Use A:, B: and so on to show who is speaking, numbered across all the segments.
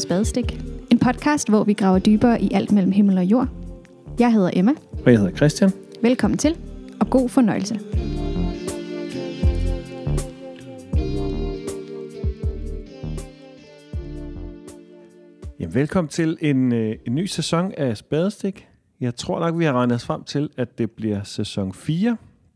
A: til Spadestik. En podcast, hvor vi graver dybere i alt mellem himmel og jord. Jeg hedder Emma.
B: Og jeg hedder Christian.
A: Velkommen til, og god fornøjelse.
B: Jamen, velkommen til en ny sæson af Spadestik. Jeg tror nok, vi har regnet os frem til, at det bliver sæson 4.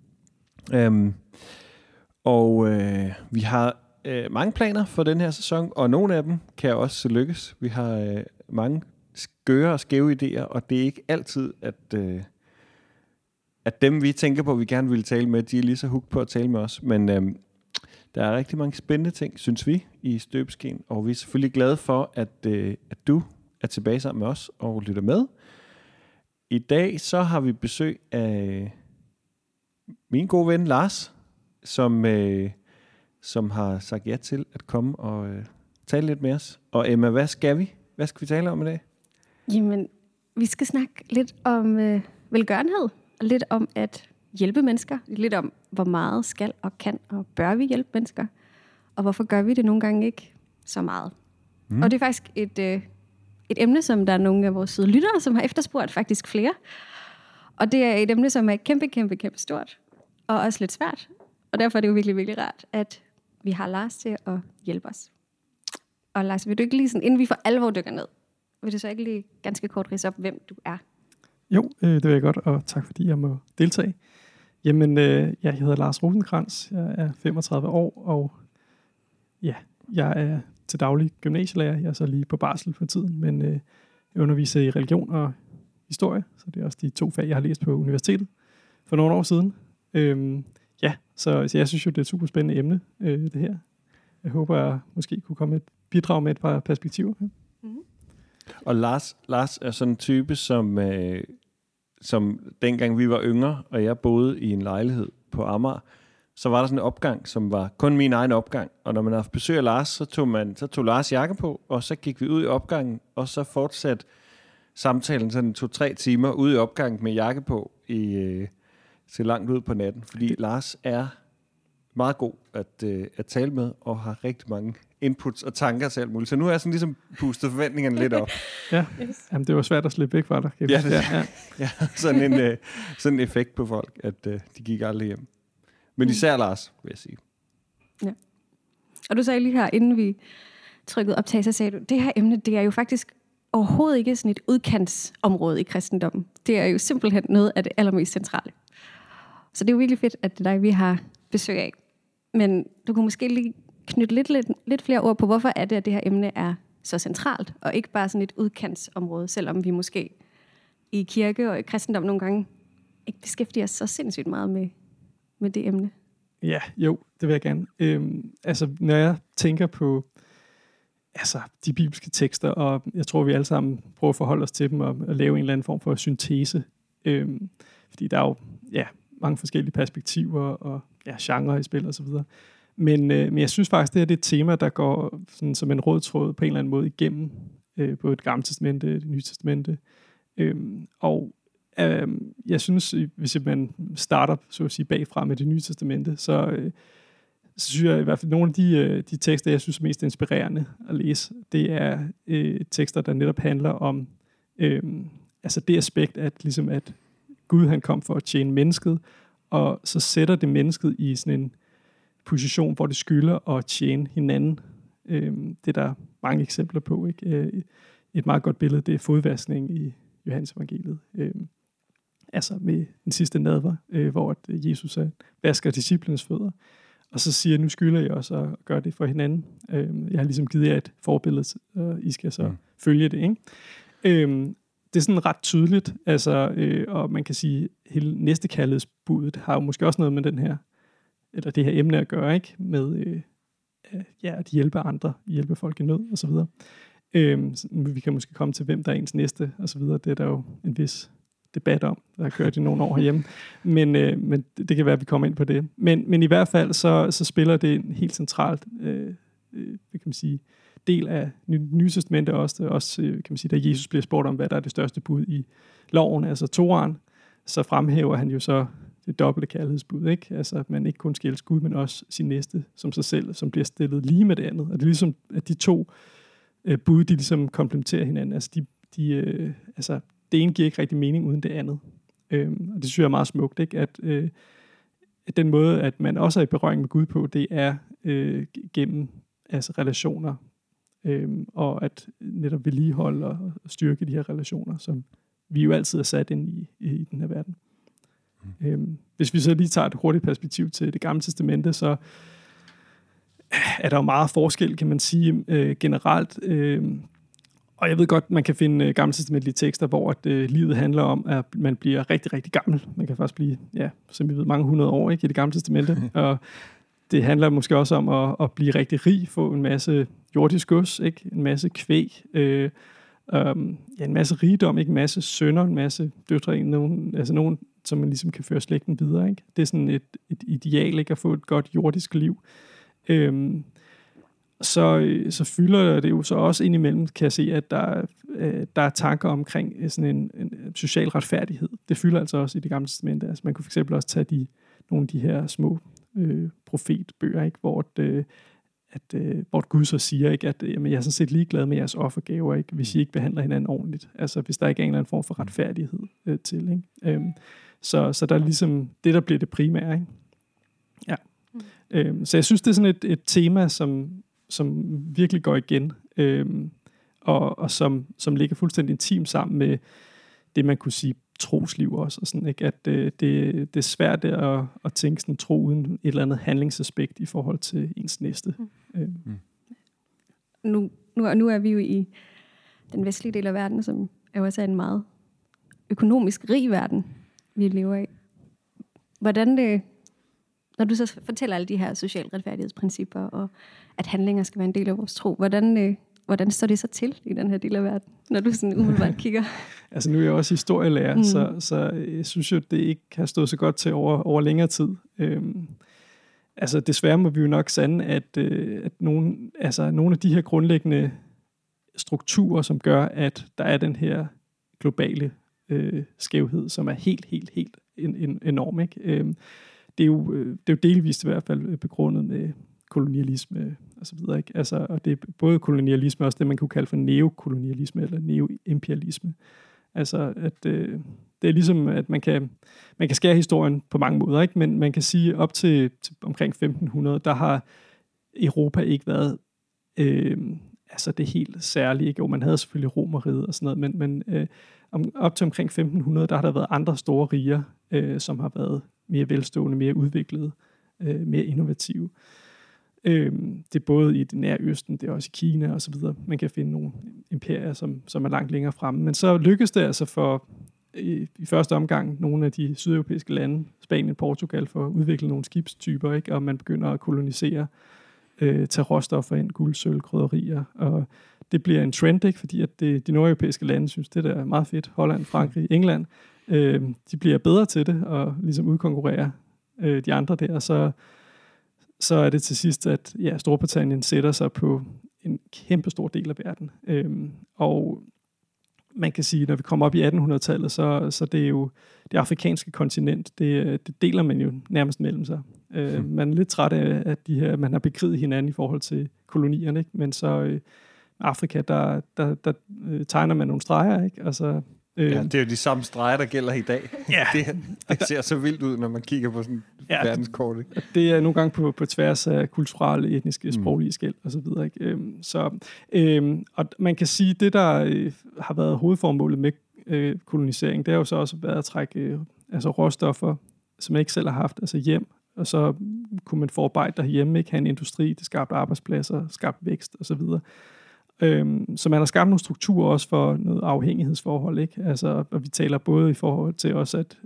B: Vi har mange planer for den her sæson, og nogle af dem kan også lykkes. Vi har mange skøre og skæve idéer, og det er ikke altid, at dem, vi tænker på, vi gerne vil tale med, de er lige så hooked på at tale med os. Men der er rigtig mange spændende ting, synes vi, i støbeskeen, og vi er selvfølgelig glade for, at du er tilbage sammen med os og lytter med. I dag så har vi besøg af min gode ven Lars, som har sagt ja til at komme og tale lidt med os. Og Emma, hvad skal vi tale om i dag?
A: Jamen, vi skal snakke lidt om velgørenhed, og lidt om at hjælpe mennesker, lidt om, hvor meget skal og kan og bør vi hjælpe mennesker, og hvorfor gør vi det nogle gange ikke så meget. Og det er faktisk et emne, som der er nogle af vores søde lyttere, som har efterspurgt faktisk flere. Og det er et emne, som er kæmpe stort, og også lidt svært. Og derfor er det jo virkelig, virkelig rart, at vi har Lars til at hjælpe os. Og Lars, vil du ikke lige sådan, inden vi for alvor dykker ned, vil du så ikke lige ganske kort ridse op, hvem du er?
C: Jo, det vil jeg godt, og tak fordi jeg må deltage. Jamen, jeg hedder Lars Rosenkrantz, jeg er 35 år, og ja, jeg er til daglig gymnasielærer. Jeg er så lige på barsel for tiden, men jeg underviser i religion og historie, så det er også de 2 fag, jeg har læst på universitetet for nogle år siden. Så jeg synes jo, det er et super spændende emne, det her. Jeg håber, jeg måske kunne komme et bidrag med et par perspektiver.
A: Mm-hmm.
B: Og Lars er sådan en type, som dengang vi var yngre, og jeg boede i en lejlighed på Amager, så var der sådan en opgang, som var kun min egen opgang. Og når man havde besøg af Lars, så tog Lars jakke på, og så gik vi ud i opgangen, og så fortsatte samtalen sådan 2-3 timer ude i opgangen med jakke på til langt ud på natten. Fordi Lars er meget god at tale med, og har rigtig mange inputs og tanker til alt muligt. Så nu har jeg sådan ligesom boostet forventningerne lidt op.
C: Ja, yes. Jamen, det var svært at slippe væk fra dig.
B: Ja, sådan en effekt på folk, at de gik aldrig hjem. Men især Lars, vil jeg sige.
A: Ja. Og du sagde lige her, inden vi trykkede optag, så sagde du, det her emne, det er jo faktisk overhovedet ikke sådan et udkantsområde i kristendommen. Det er jo simpelthen noget af det allermest centrale. Så det er jo virkelig fedt, at det er dig, vi har besøg af. Men du kunne måske lige knytte lidt flere ord på, hvorfor er det, at det her emne er så centralt, og ikke bare sådan et udkantsområde, selvom vi måske i kirke og i kristendom nogle gange ikke beskæftiger os så sindssygt meget med det emne.
C: Ja, jo, det vil jeg gerne. Når jeg tænker på de bibelske tekster, og jeg tror, vi alle sammen prøver at forholde os til dem og lave en eller anden form for syntese. Fordi der er jo mange forskellige perspektiver og genre i spil og så videre. Men jeg synes faktisk, det her det er et tema, der går sådan, som en rød tråd på en eller anden måde igennem på et Gamle Testamente, et Nye Testamente. Jeg synes, hvis man starter så at sige bagfra med det Nye Testamente, så synes jeg i hvert fald, nogle af de tekster, jeg synes er mest inspirerende at læse, det er tekster, der netop handler om det aspekt, at Gud han kom for at tjene mennesket, og så sætter det mennesket i sådan en position, hvor det skylder at tjene hinanden. Det er der mange eksempler på. Ikke? Et meget godt billede, det er fodvaskning i Johannes evangeliet. Med den sidste nadver, hvor Jesus vasker disciplenes fødder. Og så siger, nu skylder jeg også at gøre det for hinanden. Jeg har ligesom givet jer et forbillede, og I skal så følge det. Ikke? Det er sådan ret tydeligt, og man kan sige, hele næstekærlighedsbuddet har jo måske også noget med det her emne at gøre, ikke? Med at hjælpe andre, hjælpe folk i nød og så videre. Vi kan måske komme til, hvem der er ens næste og så videre. Det er der jo en vis debat om, der har kørt i nogle år herhjemme. Men det kan være, at vi kommer ind på det. Men i hvert fald så spiller det en helt centralt kan man sige, del af Nye Testamente også kan man sige, da Jesus bliver spurgt om, hvad der er det største bud i loven, altså Toraen, så fremhæver han jo så det dobbelte kærlighedsbud, ikke? Altså, at man ikke kun skal elske Gud, men også sin næste som sig selv, som bliver stillet lige med det andet. Og det er ligesom, at de to bud, de ligesom komplementerer hinanden. Altså, altså det ene giver ikke rigtig mening uden det andet. Og det synes jeg er meget smukt, ikke? At den måde, at man også er i berøring med Gud på, det er gennem altså relationer, og at netop vedligeholde og styrke de her relationer, som vi jo altid er sat ind i den her verden. Hvis vi så lige tager et hurtigt perspektiv til Det Gamle Testamente, så er der jo meget forskel, kan man sige, generelt. Og jeg ved godt, man kan finde gammeltestamentlige tekster, hvor livet handler om, at man bliver rigtig, rigtig gammel. Man kan faktisk blive, som vi ved, mange hundrede år, ikke, i Det Gamle Testamente. Og det handler måske også om at blive rigtig rig, få en masse jordisk gods, ikke? En masse kvæg, en masse rigdom, ikke? En masse sønner, en masse døtre, nogen, som man ligesom kan føre slægten videre. Ikke? Det er sådan et ideal, ikke? At få et godt jordisk liv. Så fylder det jo så også indimellem, kan jeg se, at der er tanker omkring sådan en social retfærdighed. Det fylder altså også i Det Gamle Testamente. Altså man kunne for eksempel også tage nogle af de her små profetbøger, ikke? Hvor Gud så siger, ikke, at jamen, jeg er sådan set ligeglad med jeres offergaver, ikke? Hvis I ikke behandler hinanden ordentligt. Altså hvis der ikke er en eller anden form for retfærdighed til. Ikke? Så der er ligesom det, der bliver det primære. Ikke? Ja. Så jeg synes, det er sådan et tema, som virkelig går igen, og som ligger fuldstændig intimt sammen med det, man kunne sige trosliv også. Og sådan, ikke? At det er svært at tænke sådan tro uden et eller andet handlingsaspekt i forhold til ens næste.
A: Nu er vi jo i den vestlige del af verden, som er også en meget økonomisk rig verden, vi lever i. Hvordan når du så fortæller alle de her social retfærdighedsprincipper, og at handlinger skal være en del af vores tro, hvordan står det så til i den her del af verden, når du sådan umiddelbart kigger?
C: Altså nu er jeg også historielærer, så jeg synes jo, det ikke har stået så godt til over længere tid. Altså desværre må vi jo nok sande, at nogle af de her grundlæggende strukturer, som gør, at der er den her globale skævhed, som er helt enorm, ikke? Det er jo delvist i hvert fald begrundet med kolonialisme og så videre, ikke? Altså, og det er både kolonialisme og også det, man kunne kalde for neokolonialisme eller neoimperialisme. Altså, at det er ligesom, at man kan skære historien på mange måder, ikke? Men man kan sige, op til omkring 1500, der har Europa ikke været det helt særlige, ikke? Jo, man havde selvfølgelig Romerriget og sådan noget, men op til omkring 1500, der har der været andre store riger, som har været mere velstående, mere udviklede, mere innovative. Det er både i det nære østen, det er også i Kina og så videre. Man kan finde nogle imperier, som er langt længere fremme. Men så lykkes det altså for i første omgang nogle af de sydeuropæiske lande, Spanien, Portugal, for at udvikle nogle skibstyper, ikke? Og man begynder at kolonisere, tage råstoffer ind, guld, sølv, krydderier, og det bliver en trend, ikke? Fordi at de nordeuropæiske lande synes, det der er meget fedt. Holland, Frankrig, England, de bliver bedre til det, og ligesom udkonkurrerer de andre der, så er det til sidst, at Storbritannien sætter sig på en kæmpe stor del af verden. Og man kan sige, når vi kommer op i 1800-tallet, så det er jo det afrikanske kontinent, det deler man jo nærmest mellem sig. Man er lidt træt af, at man har bekriget hinanden i forhold til kolonierne, ikke? Men så Afrika, der tegner man nogle streger, ikke? Altså,
B: det er jo de samme streger, der gælder i dag.
C: Ja.
B: Det ser så vildt ud, når man kigger på sådan verdenskort. Ikke?
C: Det er nogle gange på tværs af kulturelle, etniske, sproglige skel og så videre. Ikke? Og man kan sige, det der har været hovedformålet med kolonisering, det har jo så også været at trække råstoffer, som man ikke selv har haft, altså hjem, og så kunne man forarbejde derhjemme, ikke have en industri, det skabte arbejdspladser, skabte vækst og så videre. Så man har skabt nogle strukturer også for noget afhængighedsforhold, ikke? Altså, og vi taler både i forhold til også, at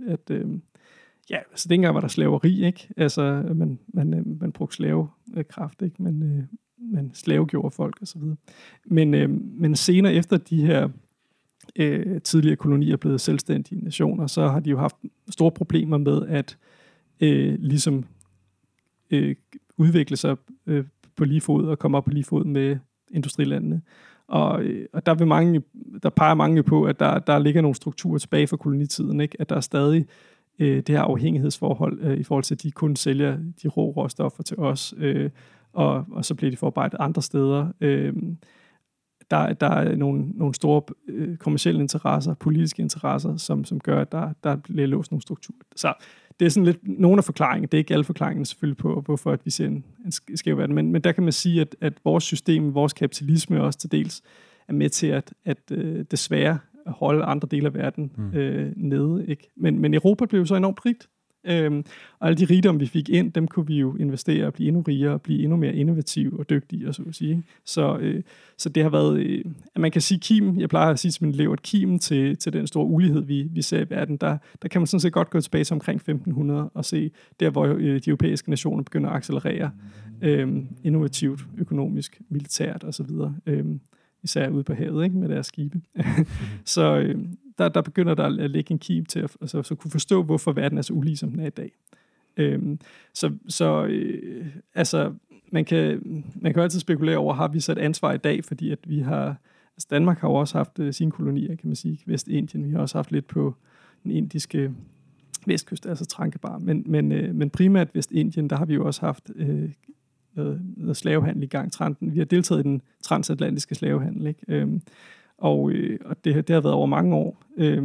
C: så dengang var der slaveri, ikke? Altså, man brugte slavekraft, ikke? Man slavegjorde folk og så videre. Men senere efter de her tidligere kolonier blevet selvstændige nationer, så har de jo haft store problemer med at udvikle sig på lige fod og komme op på lige fod med industrilandene. Og der peger mange på, at der ligger nogle strukturer tilbage fra kolonitiden, ikke? At der er stadig det her afhængighedsforhold i forhold til, at de kun sælger de rå råstoffer til os, og så bliver de forarbejdet andre steder. der er nogle store kommercielle interesser, politiske interesser, som gør, at der bliver låst nogle strukturer. Så det er sådan lidt nogle af forklaringerne. Det er ikke alle forklaringerne selvfølgelig på, hvorfor at vi ser en skæv verden. Men der kan man sige, at vores system, vores kapitalisme også til dels er med til at desværre holde andre dele af verden nede. Ikke? Men Europa blev så enormt rigt. Og alle de rigdom, vi fik ind, dem kunne vi jo investere og blive endnu rigere og blive endnu mere innovative og dygtige, og så at sige. Så det har været, at man kan sige kimen, jeg plejer at sige til mine elever, at kimen til den store ulighed, vi ser i verden, der kan man sådan set godt gå tilbage til omkring 1500 og se der, hvor de europæiske nationer begynder at accelerere innovativt, økonomisk, militært og så videre. Især ude på havet, ikke, med deres skibe. Så der begynder der at lægge en kim til at så kunne forstå, hvorfor verden er så ulige, som den er i dag. Altså, man kan jo altid spekulere over, har vi så et ansvar i dag, fordi at vi har, altså Danmark har jo også haft sine kolonier, kan man sige, Vestindien, vi har også haft lidt på den indiske vestkyst, altså Trankebar, men primært Vestindien, der har vi jo også haft noget slavehandel i gang. Vi har deltaget i den transatlantiske slavehandel, ikke? Og det har været over mange år.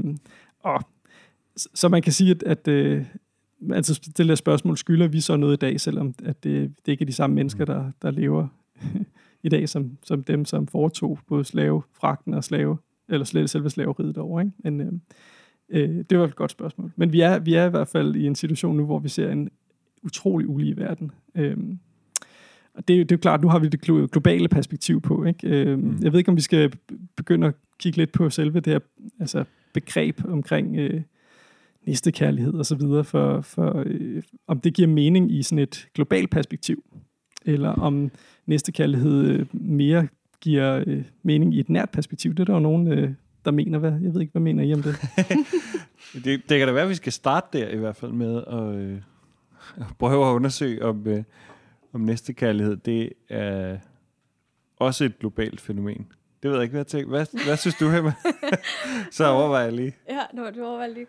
C: Så man kan sige, at altså det der spørgsmål, skylder vi så noget i dag, selvom at det ikke er de samme mennesker, der lever i dag, som dem, som foretog både slavefragten og selve slaveriet derovre. Ikke? Men det var et godt spørgsmål. Men vi er i hvert fald i en situation nu, hvor vi ser en utrolig ulige verden. Og det er jo klart, nu har vi det globale perspektiv på. Ikke? Jeg ved ikke, om vi skal begynde at kigge lidt på selve det her altså begreb omkring næstekærlighed og så videre, for om det giver mening i sådan et globalt perspektiv, eller om næstekærlighed mere giver mening i et nært perspektiv. Det er der jo nogen, der mener. Jeg ved ikke, hvad mener I om det?
B: det kan da være, at vi skal starte der i hvert fald med at prøve at undersøge, om næstekærlighed, det er også et globalt fænomen. Det ved jeg ikke, hvad jeg tænker. Hvad synes du, Emma? Så overvejer jeg lige.
A: Ja, du overvejer lige.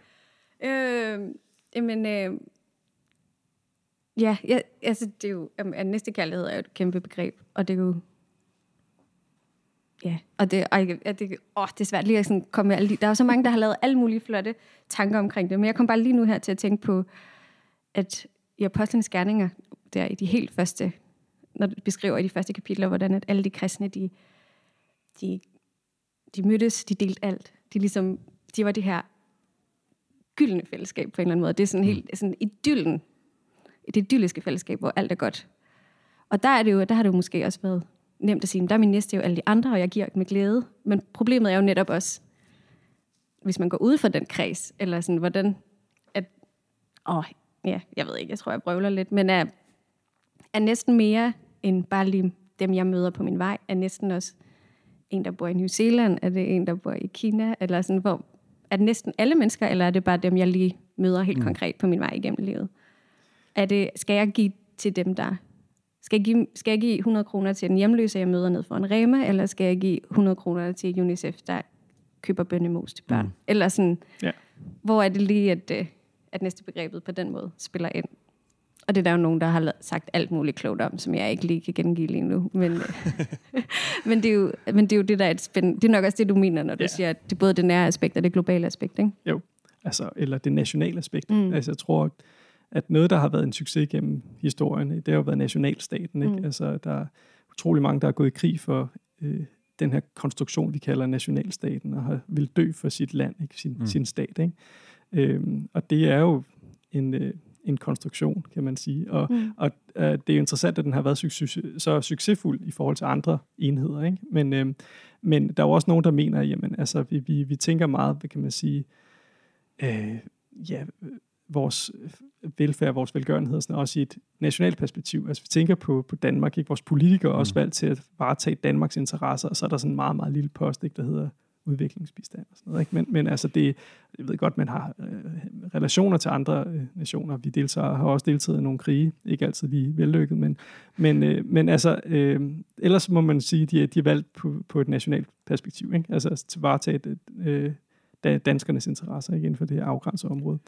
A: Altså det er jo, at næstekærlighed er jo et kæmpe begreb, og det er jo, ja, og det er svært lige at sådan komme med alle de, der er jo så mange, der har lavet alle mulige flotte tanker omkring det, men jeg kom bare lige nu her til at tænke på, at i Apostlenes Gerninger, der i de helt første, når du beskriver i de første kapitler, hvordan at alle de kristne, de mødtes, de delte alt. De var det her gyldne fællesskab på en eller anden måde. Det er sådan helt sådan idyllen, det idylliske fællesskab, hvor alt er godt. Og der har det jo måske også været nemt at sige, der er min næste jo alle de andre, og jeg giver med glæde. Men problemet er jo netop også, hvis man går ud for den kreds, eller sådan, hvordan jeg ved ikke, jeg tror, jeg brøvler lidt, men er næsten mere end bare lige dem, jeg møder på min vej, er næsten også en, der bor i New Zealand, er det en, der bor i Kina, eller sådan, hvor er det næsten alle mennesker, eller er det bare dem, jeg lige møder helt konkret på min vej igennem livet? Skal jeg give til dem, der... Skal jeg give 100 kroner til den hjemløse, jeg møder ned for en Rema, eller skal jeg give 100 kroner til UNICEF, der køber bønnemos til børn? Eller sådan, hvor er det lige, at næste begrebet på den måde spiller ind? Og det er der jo nogen, der har sagt alt muligt klogt om, som jeg ikke lige kan gengive lige nu. Men det er jo det, der er et spændende... Det er nok også det, du mener, når du siger, at det er både det nære aspekt og det globale aspekt, ikke?
C: Jo, altså, eller det nationale aspekt. Altså, jeg tror, at noget, der har været en succes gennem historien, det har jo været nationalstaten, ikke? Altså, der er utrolig mange, der er gået i krig for den her konstruktion, vi kalder nationalstaten, og har vil dø for sit land, ikke? Sin stat, ikke? Og det er jo en konstruktion, kan man sige. Og det er jo interessant, at den har været så succesfuld i forhold til andre enheder, ikke? Men der er jo også nogen, der mener, jamen, altså, vi tænker meget, hvad kan man sige, vores velfærd, vores velgørenhed, sådan også i et nationalt perspektiv. Altså vi tænker på Danmark, ikke? Vores politikere er også valgt til at varetage Danmarks interesser, og så er der sådan en meget, meget lille post, ikke, der hedder udviklingsbistand og sådan noget, ikke? Men altså det, jeg ved godt, man har relationer til andre nationer. Vi har også deltaget i nogle krige, ikke altid lige vellykket, men altså ellers må man sige, at de er valgt på et nationalt perspektiv, ikke? Altså til at varetage danskernes interesser, ikke, inden for det her afgrænsede område.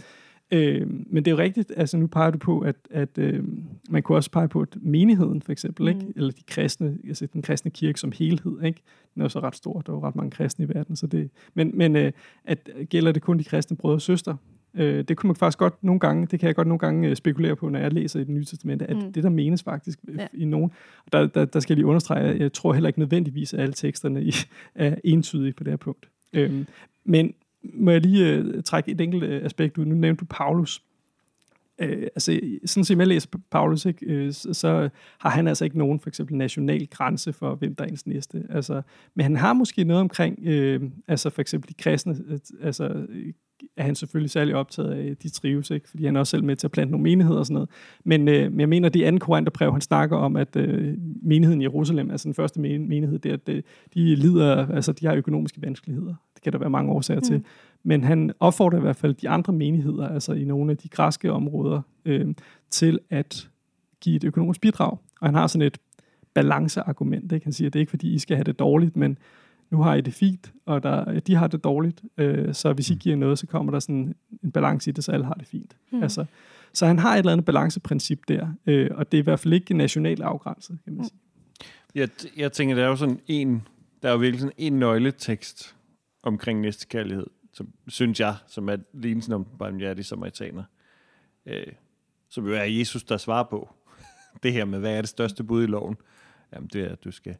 C: Men det er jo rigtigt, altså nu peger du på, at man kunne også pege på, at menigheden for eksempel, ikke? Eller de kristne, altså den kristne kirke som helhed, ikke? Den er jo så ret stor, der er jo ret mange kristne i verden, så det, men at gælder det kun de kristne brødre og søstre? Det kunne man faktisk godt nogle gange, det kan jeg godt nogle gange spekulere på, når jeg læser i Det Nye Testamente, at det der menes faktisk i nogen. Der skal jeg lige understrege, jeg tror heller ikke nødvendigvis, at alle teksterne er entydige på det her punkt. Men må jeg lige trække et enkelt aspekt ud. Nu nævnte du Paulus. Altså, sådan som jeg læser Paulus, ikke, så har han altså ikke nogen for eksempel national grænse for, hvem der er ens næste. Altså, men han har måske noget omkring, altså for eksempel de kristne, altså er han selvfølgelig særlig optaget af, de trives, ikke? Fordi han er også selv med til at plante nogle menigheder og sådan noget. Men jeg mener, det er 2. Korintherbrev, han snakker om, at menigheden i Jerusalem, altså den første menighed, det er, at de lider, altså de har økonomiske vanskeligheder. Det kan der være mange årsager til. Men han opfordrer i hvert fald de andre menigheder, altså i nogle af de græske områder, til at give et økonomisk bidrag. Og han har sådan et balanceargument, ikke? Han siger, at det er ikke fordi, I skal have det dårligt, men nu har I det fint, og de har det dårligt, så hvis I giver noget, så kommer der sådan en balance i det, så alle har det fint. Altså, så han har et eller andet balanceprincip der, og det er i hvert fald ikke nationalt afgrænset, kan man sige.
B: Jeg tænker, der er jo sådan der er jo virkelig sådan en nøgletekst omkring næstekærlighed, som synes jeg, som er lignelsen om den barmhjertige samaritaner, som jo er Jesus, der svarer på det her med, hvad er det største bud i loven? Jamen det er, at du skal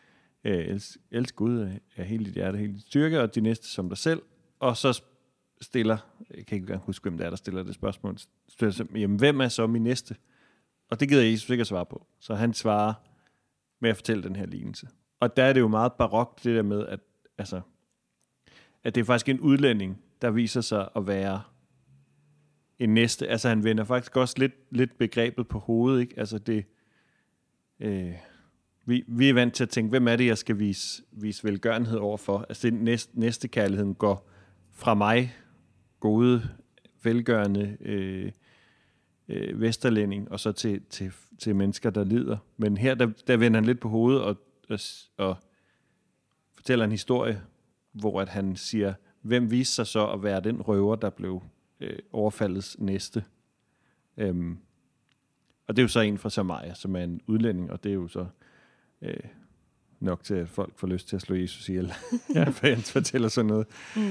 B: elsk Gud af hele dit hjerte, hele dit styrke, og de næste som dig selv. Og så stiller, jeg kan ikke engang huske, hvem det er, der stiller det spørgsmål, jamen hvem er så min næste? Og det gider Jesus ikke at svare på. Så han svarer med at fortælle den her lignelse. Og der er det jo meget barokt, det der med, at det er faktisk en udlænding, der viser sig at være en næste. Altså han vender faktisk også lidt begrebet på hovedet, ikke? Altså det... Vi er vant til at tænke, hvem er det, jeg skal vise velgørenhed overfor? Altså næste kærligheden går fra mig, gode, velgørende vesterlænding, og så til mennesker, der lider. Men her, der vender han lidt på hovedet og fortæller en historie, hvor at han siger, hvem viste sig så at være den røver, der blev overfaldets næste? Og det er jo så en fra Samaria, som er en udlænding, og det er jo så nok til, at folk får lyst til at slå Jesus ihjel, for han fortæller sådan noget.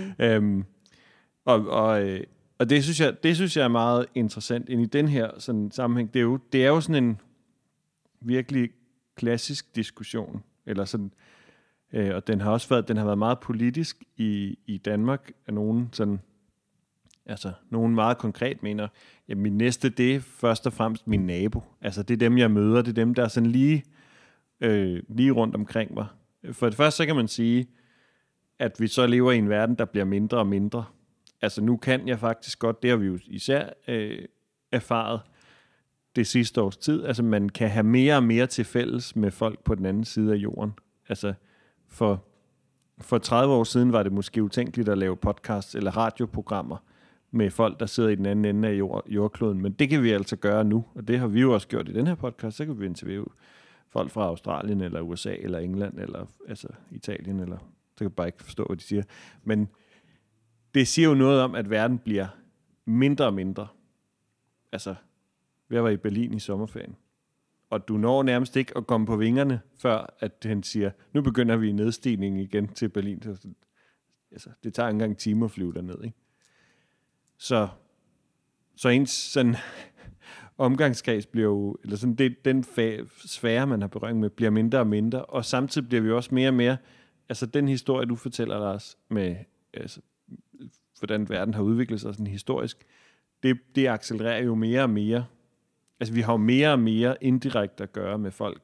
B: Og det synes jeg er meget interessant ind i den her sådan sammenhæng. Det er jo sådan en virkelig klassisk diskussion, eller sådan, og den har været meget politisk i Danmark, af nogen sådan, altså nogen meget konkret mener, at min næste, det er først og fremmest min nabo. Altså det er dem, jeg møder, det er dem, der er sådan lige rundt omkring mig. For det første, så kan man sige, at vi så lever i en verden, der bliver mindre og mindre. Altså nu kan jeg faktisk godt, det har vi jo især erfaret det sidste års tid, altså man kan have mere og mere til fælles med folk på den anden side af jorden. Altså for 30 år siden var det måske utænkeligt at lave podcasts eller radioprogrammer med folk, der sidder i den anden ende af jordkloden, men det kan vi altså gøre nu, og det har vi jo også gjort i den her podcast. Så kan vi interviewe folk fra Australien, eller USA, eller England, eller altså Italien, eller så kan jeg bare ikke forstå, hvad de siger. Men det siger jo noget om, at verden bliver mindre og mindre. Altså, jeg var i Berlin i sommerferien, og du når nærmest ikke at komme på vingerne, før at han siger, nu begynder vi nedstigningen igen til Berlin. Altså, det tager engang en time at flyve derned, ikke? Så ens sådan omgangskreds bliver jo, eller sådan den sfære, man har berøring med, bliver mindre og mindre, og samtidig bliver vi også mere og mere, altså den historie, du fortæller, Lars, med altså, hvordan verden har udviklet sig sådan historisk, det accelererer jo mere og mere. Altså vi har jo mere og mere indirekte at gøre med folk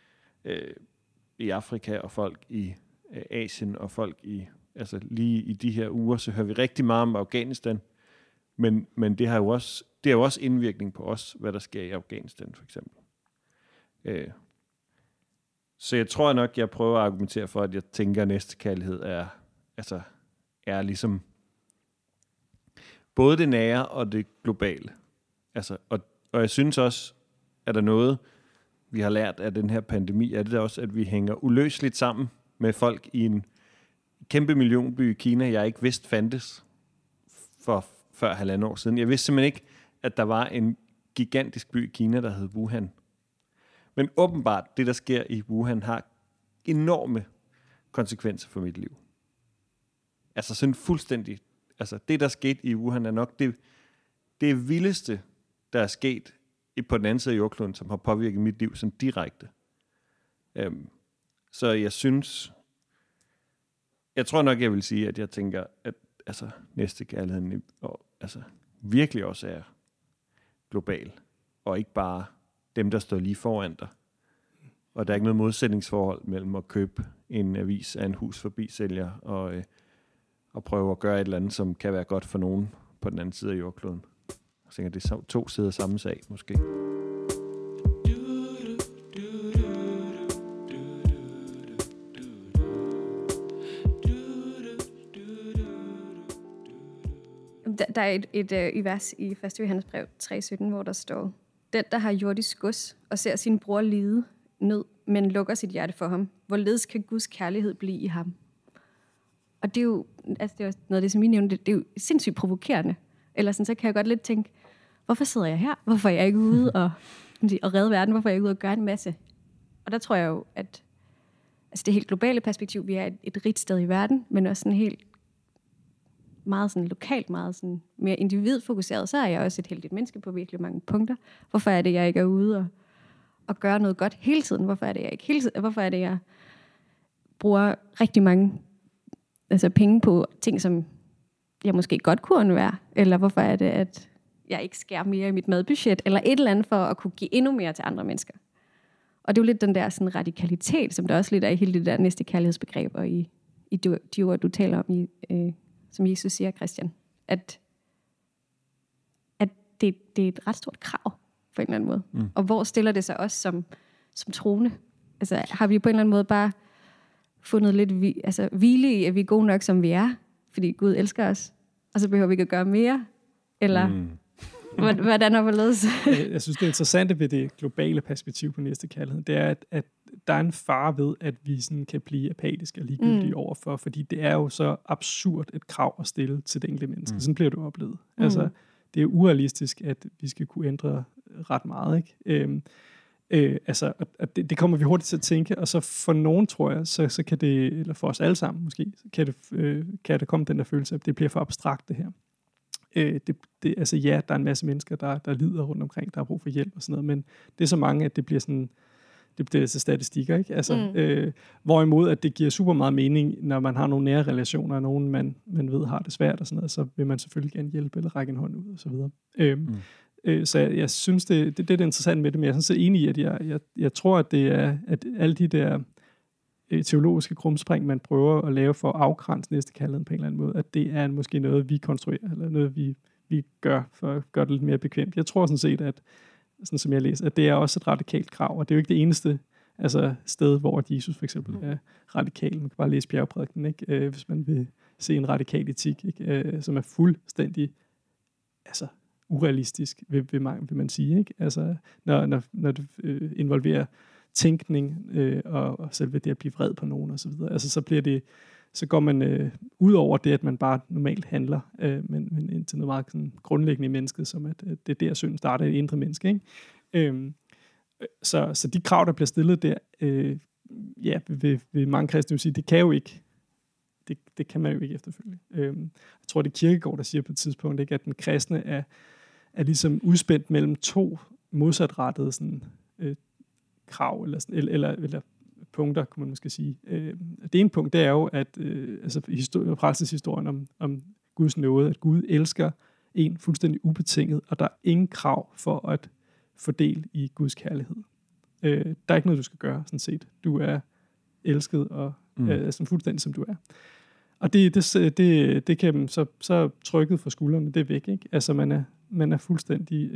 B: i Afrika, og folk i Asien, og folk i, altså lige i de her uger, så hører vi rigtig meget om Afghanistan, men det har jo også indvirkning på os, hvad der sker i Afghanistan, for eksempel. Så jeg tror nok, jeg prøver at argumentere for, at jeg tænker, at næstekærlighed er ligesom både det nære og det globale. Altså, og jeg synes også, at der noget, vi har lært af den her pandemi, er det også, at vi hænger uløseligt sammen med folk i en kæmpe millionby i Kina, jeg ikke vidste fandtes for før 1,5 år siden. Jeg vidste simpelthen ikke, at der var en gigantisk by i Kina, der hed Wuhan. Men åbenbart, det der sker i Wuhan, har enorme konsekvenser for mit liv. Altså sådan fuldstændig. Altså det, der skete i Wuhan, er nok det vildeste, der er sket på den anden side af jordkloden, som har påvirket mit liv sådan direkte. Så jeg tror nok, jeg vil sige, at jeg tænker, at altså, næstekærligheden altså, virkelig også er global, og ikke bare dem, der står lige foran dig. Og der er ikke noget modsætningsforhold mellem at købe en avis af en hus forbi sælger og prøve at gøre et eller andet, som kan være godt for nogen på den anden side af jordkloden. Jeg tænker, det er 2 sider samme sag, måske.
A: Der er et vers i 1. Johannes brev 3:17, hvor der står: den, der har jordisk gods og ser sin bror lide nød, men lukker sit hjerte for ham, hvorledes kan Guds kærlighed blive i ham? Og det er jo, altså det er noget af det, som I nævnte, det er jo sindssygt provokerende. Eller sådan, så kan jeg godt lidt tænke, hvorfor sidder jeg her? Hvorfor er jeg ikke ude og redde verden? Hvorfor er jeg ikke ude og gøre en masse? Og der tror jeg jo, at altså det helt globale perspektiv, vi er et rigt sted i verden, men også sådan helt meget sådan lokalt, meget sådan mere individfokuseret, så er jeg også et heldigt menneske på virkelig mange punkter. Hvorfor er det, jeg ikke er ude og gøre noget godt hele tiden? Hvorfor er det, jeg ikke hele tiden? Hvorfor er det, jeg bruger rigtig mange penge på ting, som jeg måske godt kunne undvære? Eller hvorfor er det, at jeg ikke skærer mere i mit madbudget? Eller et eller andet for at kunne give endnu mere til andre mennesker? Og det er jo lidt den der sådan radikalitet, som der også lidt er i hele det der næste kærlighedsbegreb, og i de ord, du taler om, som Jesus siger, Christian. At det er et ret stort krav, på en eller anden måde. Mm. Og hvor stiller det sig også som troende? Altså, har vi på en eller anden måde bare fundet lidt hvile i, at vi er gode nok, som vi er, fordi Gud elsker os, og så behøver vi ikke at gøre mere? Eller hvordan er hvorledes?
C: Jeg synes, det interessante ved det globale perspektiv på næstekærlighed, det er, at der er en fare ved, at vi sådan kan blive apatiske og ligegyldige overfor, fordi det er jo så absurd et krav at stille til det enkelte menneske. Sådan bliver du oplevet. Altså, det er urealistisk, at vi skal kunne ændre ret meget, ikke? Det kommer vi hurtigt til at tænke, og så for nogen, tror jeg, så kan det, eller for os alle sammen måske, kan det komme den der følelse af, at det bliver for abstrakt det her. Altså ja, der er en masse mennesker, der lider rundt omkring, der har brug for hjælp og sådan noget, men det er så mange, at det bliver sådan, det bliver til statistikker, ikke? Altså, hvorimod, at det giver super meget mening, når man har nogle nære relationer, og nogen man ved har det svært og sådan noget, så vil man selvfølgelig gerne hjælpe eller række en hånd ud og så videre. Så jeg synes, det er interessant med det, men jeg er sådan set enig i, at jeg tror, at det er, at alle de der teologiske krumspring, man prøver at lave for at afgrænse næstekærligheden på en eller anden måde, at det er måske noget, vi konstruerer, eller noget, vi gør for at gøre det lidt mere bekvemt. Jeg tror sådan set, at sådan som jeg læser, at det er også et radikalt krav, og det er jo ikke det eneste sted, hvor Jesus for eksempel er radikal. Man kan bare læse bjergprædikenen, ikke? Hvis man vil se en radikal etik, ikke? Som er fuldstændig urealistisk, vil man sige, ikke? Altså, når det involverer tænkning og selve det at blive vred på nogen og så videre. Altså, så går man ud over det, at man bare normalt handler, men ind til noget meget sådan grundlæggende i mennesket, som at det er der synden starter i det indre menneske, ikke? Så de krav, der bliver stillet der, vil mange kristne sige, det kan jo ikke, det kan man jo ikke efterfølge. Jeg tror, det er Kierkegaard, der siger på et tidspunkt, ikke, at den kristne er ligesom udspændt mellem 2 modsatrettede sådan, krav, eller punkter, kunne man måske sige. Det ene punkt, det er jo, at frelseshistorien om Guds nåde, at Gud elsker en fuldstændig ubetinget, og der er ingen krav for at fordele i Guds kærlighed. Der er ikke noget, du skal gøre, sådan set. Du er elsket, og sådan fuldstændig, som du er. Og det kan så trykket fra skuldrene, det er væk, ikke? Altså, man er fuldstændig,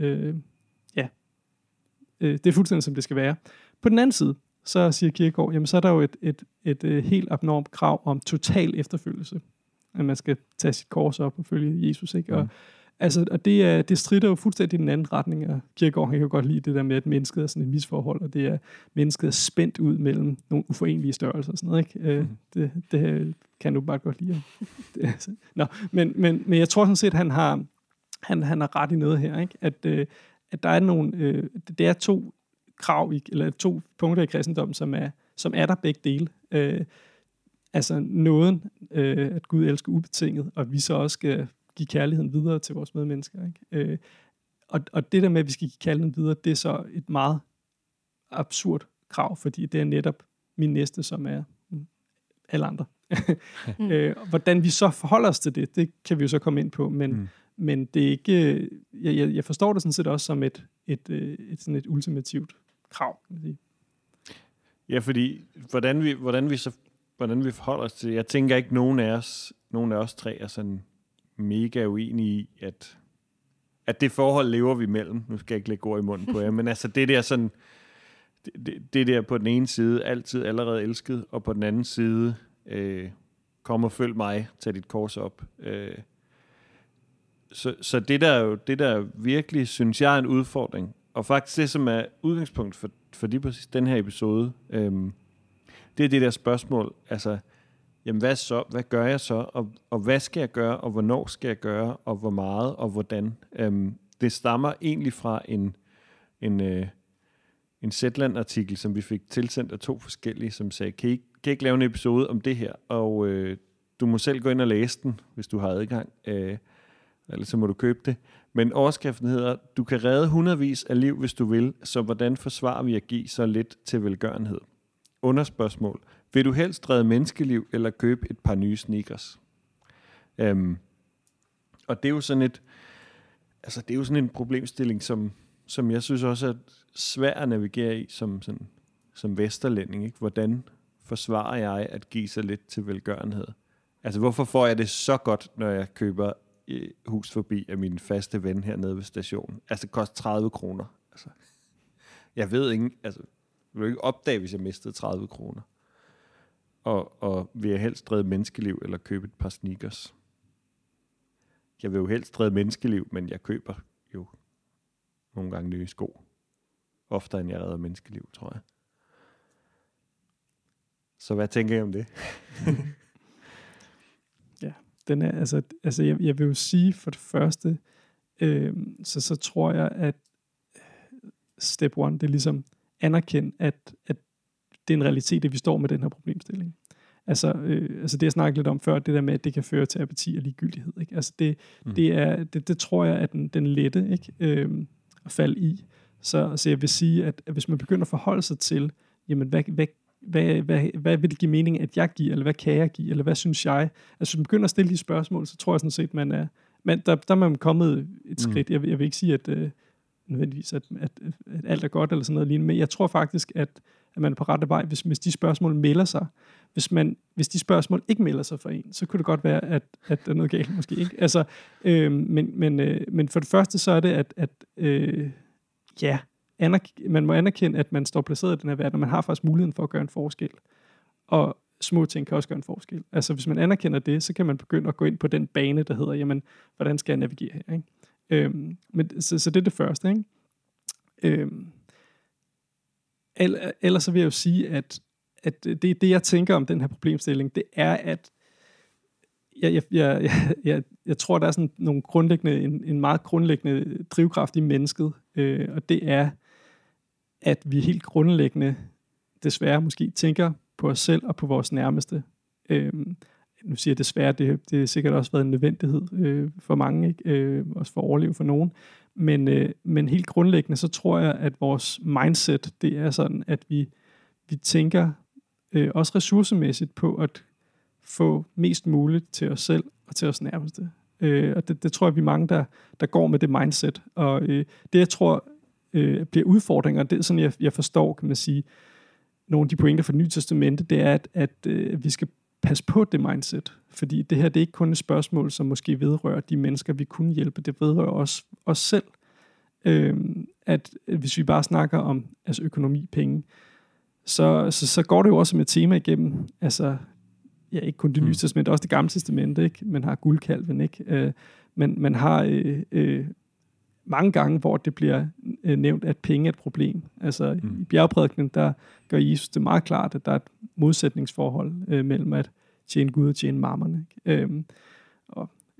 C: det er fuldstændig, som det skal være. På den anden side, så siger Kierkegaard, jamen så er der jo et helt abnormt krav om total efterfølgelse. At man skal tage sit kors op og følge Jesus, ikke? Og det strider jo fuldstændig i den anden retning, og Kierkegaard kan jo godt lide det der med, at mennesket er sådan et misforhold, og det er mennesket er spændt ud mellem nogle uforenelige størrelser og sådan noget, ikke? Det kan du bare godt lide. Men jeg tror sådan set, han har han har ret i noget her, ikke? At der er nogle, det er 2 krav, eller 2 punkter i kristendommen, som er der begge dele. Altså nåden, at Gud elsker ubetinget, og vi så også skal give kærligheden videre til vores medmennesker, ikke? Og det der med, at vi skal give kærligheden videre, det er så et meget absurd krav, fordi det er netop min næste, som er alle andre. Hvordan vi så forholder os til det kan vi jo så komme ind på, men det er ikke, jeg forstår det sådan set også som et ultimativt krav, kan man sige.
B: Ja, fordi hvordan vi forholder os til det, jeg tænker ikke, nogen af os 3 er sådan mega uenige i, at det forhold lever vi mellem. Nu skal jeg ikke lægge ord i munden på jer, men altså det der sådan, det der på den ene side altid allerede elsket, og på den anden side kom og følg mig, tag dit kors op. Så det der virkelig, synes jeg, er en udfordring, og faktisk det, som er udgangspunkt for lige præcis den her episode, det er det der spørgsmål, altså, jamen hvad så? Hvad gør jeg så? Og hvad skal jeg gøre? Og hvornår skal jeg gøre? Og hvor meget? Og hvordan? Det stammer egentlig fra en Zetland-artikel, som vi fik tilsendt af 2 forskellige, som sagde, kan I ikke lave en episode om det her? Og du må selv gå ind og læse den, hvis du har adgang. Eller så må du købe det. Men overskriften hedder, du kan redde hundredvis af liv, hvis du vil, så hvordan forsvarer vi at give så lidt til velgørenhed? Underspørgsmål. Vil du helst redde menneskeliv, eller købe et par nye sneakers? Og det er jo sådan en problemstilling, som jeg synes også er svær at navigere i som vesterlænding. Ikke? Hvordan forsvarer jeg at give så lidt til velgørenhed? Altså, hvorfor får jeg det så godt, når jeg køber hus forbi af min faste ven hernede ved stationen? Altså, det koster 30 kroner. Altså, jeg ved ikke, altså, jeg vil ikke opdage, hvis jeg mistede 30 kroner. Og vil jeg helst redde menneskeliv, eller købe et par sneakers? Jeg vil jo helst redde menneskeliv, men jeg køber jo nogle gange nye sko. Oftere end jeg redder menneskeliv, tror jeg. Så hvad tænker I om det?
C: Ja, den er, altså jeg vil jo sige for det første, så tror jeg, at step 1, det er ligesom anerkende, at det er en realitet, at vi står med den her problemstilling. Altså det jeg snakkede lidt om før, det der med, at det kan føre til apati og ligegyldighed. Ikke? Altså det tror jeg, at den lette, ikke? At falde i. Så jeg vil sige, at hvis man begynder at forholde sig til, jamen hvad vil det give mening, at jeg giver, eller hvad kan jeg give, eller hvad synes jeg? Altså hvis man begynder at stille de spørgsmål, så tror jeg sådan set, der er man kommet et skridt. Jeg vil ikke sige, at nødvendigvis, at alt er godt, eller sådan noget lignende, men jeg tror faktisk, at man er på rette vej, hvis de spørgsmål melder sig. Hvis de spørgsmål ikke melder sig for en, så kunne det godt være, at der er noget galt, måske ikke. Altså, men for det første, så er det, man må anerkende, at man står placeret i den her verden, og man har faktisk muligheden for at gøre en forskel. Og små ting kan også gøre en forskel. Altså, hvis man anerkender det, så kan man begynde at gå ind på den bane, der hedder, jamen, hvordan skal jeg navigere her, ikke? Så det er det første, ikke? Ellers så vil jeg jo sige, at det jeg tænker om den her problemstilling, det er, at jeg tror, der er sådan nogle en meget grundlæggende drivkraft i mennesket, og det er, at vi helt grundlæggende, desværre måske, tænker på os selv og på vores nærmeste. Nu siger jeg desværre, det har sikkert også været en nødvendighed for mange, ikke? Også for at overleve for nogen. Men helt grundlæggende, så tror jeg, at vores mindset, det er sådan, at vi tænker også ressourcemæssigt på at få mest muligt til os selv og til os nærmeste. Og det tror jeg, vi er mange, der går med det mindset. Og det, jeg tror, bliver udfordringer, det er sådan, jeg forstår, kan man sige, nogle af de pointer fra det Nye Testamente, det er, at vi skal passe på det mindset. Fordi det her, det er ikke kun et spørgsmål, som måske vedrører de mennesker, vi kunne hjælpe. Det vedrører os selv. At hvis vi bare snakker om økonomi, penge, så går det jo også som et tema igennem. Altså, ja, ikke kun det Nye Testamente, også det Gamle Testamente, ikke? Man har guldkalven, ikke? Men man har mange gange, hvor det bliver nævnt, at penge er et problem. Altså i bjergprædikenen, der gør Jesus det meget klart, at der er et modsætningsforhold mellem at tjene Gud og tjene mammon. Og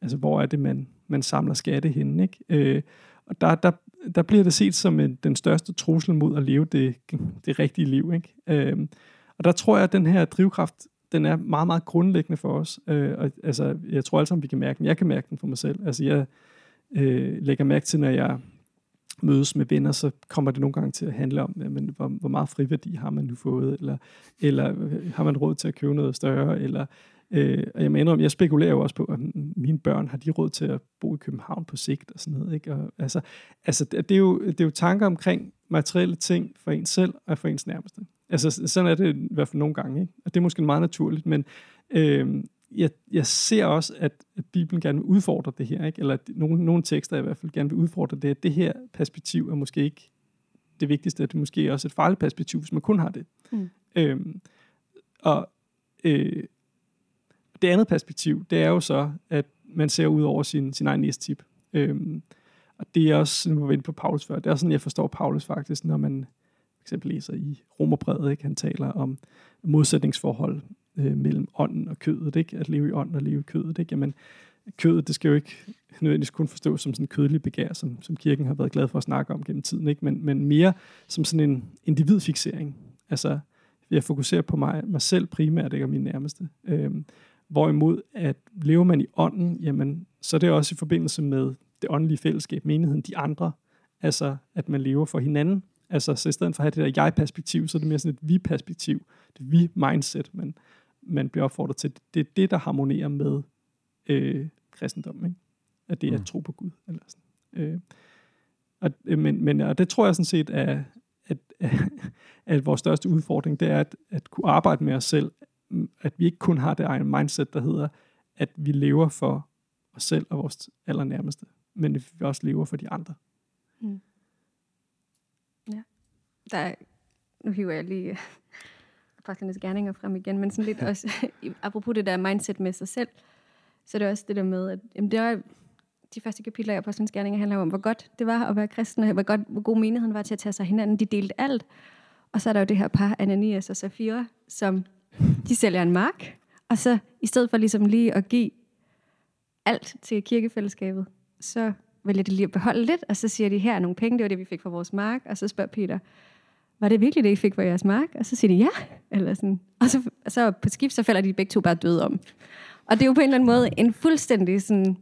C: Altså, hvor er det, man samler skatte henne, ikke? Og der bliver det set som den største trussel mod at leve det rigtige liv, ikke? Og der tror jeg, at den her drivkraft, den er meget, meget grundlæggende for os. Og, altså, jeg tror alle sammen, vi kan mærke den. Jeg kan mærke den for mig selv. Altså, jeg lægger mærke til, når jeg mødes med venner, så kommer det nogle gange til at handle om, jamen, hvor meget friværdi har man nu fået, eller har man råd til at købe noget større, eller og jeg mener, jeg spekulerer jo også på, at mine børn, har de råd til at bo i København på sigt og sådan noget, ikke? Og, altså det er jo tanker omkring materielle ting for en selv og for ens nærmeste. Altså sådan er det i hvert fald nogle gange, ikke? Og det er måske meget naturligt, men jeg ser også, at Bibelen gerne vil udfordre det her, ikke? Eller nogle tekster i hvert fald gerne vil udfordre det, at det her perspektiv er måske ikke det vigtigste, at det måske er også et farligt perspektiv, hvis man kun har det. Det andet perspektiv, det er jo så, at man ser ud over sin egen næstip. Og det er også, nu var vi inde på Paulus før, det er også sådan, jeg forstår Paulus faktisk, når man for eksempel læser i Romerbrevet, ikke? Han taler om modsætningsforhold mellem ånden og kødet, ikke? At leve i ånden og leve i kødet, ikke? Jamen, kødet, det skal jo ikke nødvendigvis kun forstås som sådan en kødelig begær, som kirken har været glad for at snakke om gennem tiden, ikke? Men mere som sådan en individfiksering. Altså, jeg fokuserer på mig selv primært, ikke? Og min nærmeste. Hvorimod, at lever man i ånden, jamen, så er det også i forbindelse med det åndelige fællesskab, menigheden, de andre, altså, at man lever for hinanden. Altså, så i stedet for at have det der jeg-perspektiv, så er det mere sådan et vi-perspektiv. Det vi-mindset, man bliver opfordret til. Det er det, der harmonerer med kristendommen, ikke? At det er at tro på Gud. Eller sådan. Og det tror jeg sådan set, at vores største udfordring, det er at kunne arbejde med os selv, at vi ikke kun har det egen mindset, der hedder, at vi lever for os selv og vores allernærmeste, men at vi også lever for de andre.
A: Ja. Nu hiver jeg lige apostlenes gerninger frem igen, men sådan lidt også, apropos det der mindset med sig selv, så er det også det der med, at jamen det er de første kapitler af apostlenes gerninger handler om, hvor godt det var at være kristen, og hvor god menigheden var til at tage sig hinanden. De delte alt. Og så er der jo det her par, Ananias og Safira, som de sælger en mark, og så i stedet for ligesom lige at give alt til kirkefællesskabet, så vælger de lige at beholde lidt, og så siger de, her er nogle penge, det var det, vi fik for vores mark, og så spørger Peter, var det virkelig det, I fik for jeres mark? Og så siger de, ja, eller sådan. Og så på skift, så falder de begge to bare døde om. Og det er jo på en eller anden måde en fuldstændig sådan,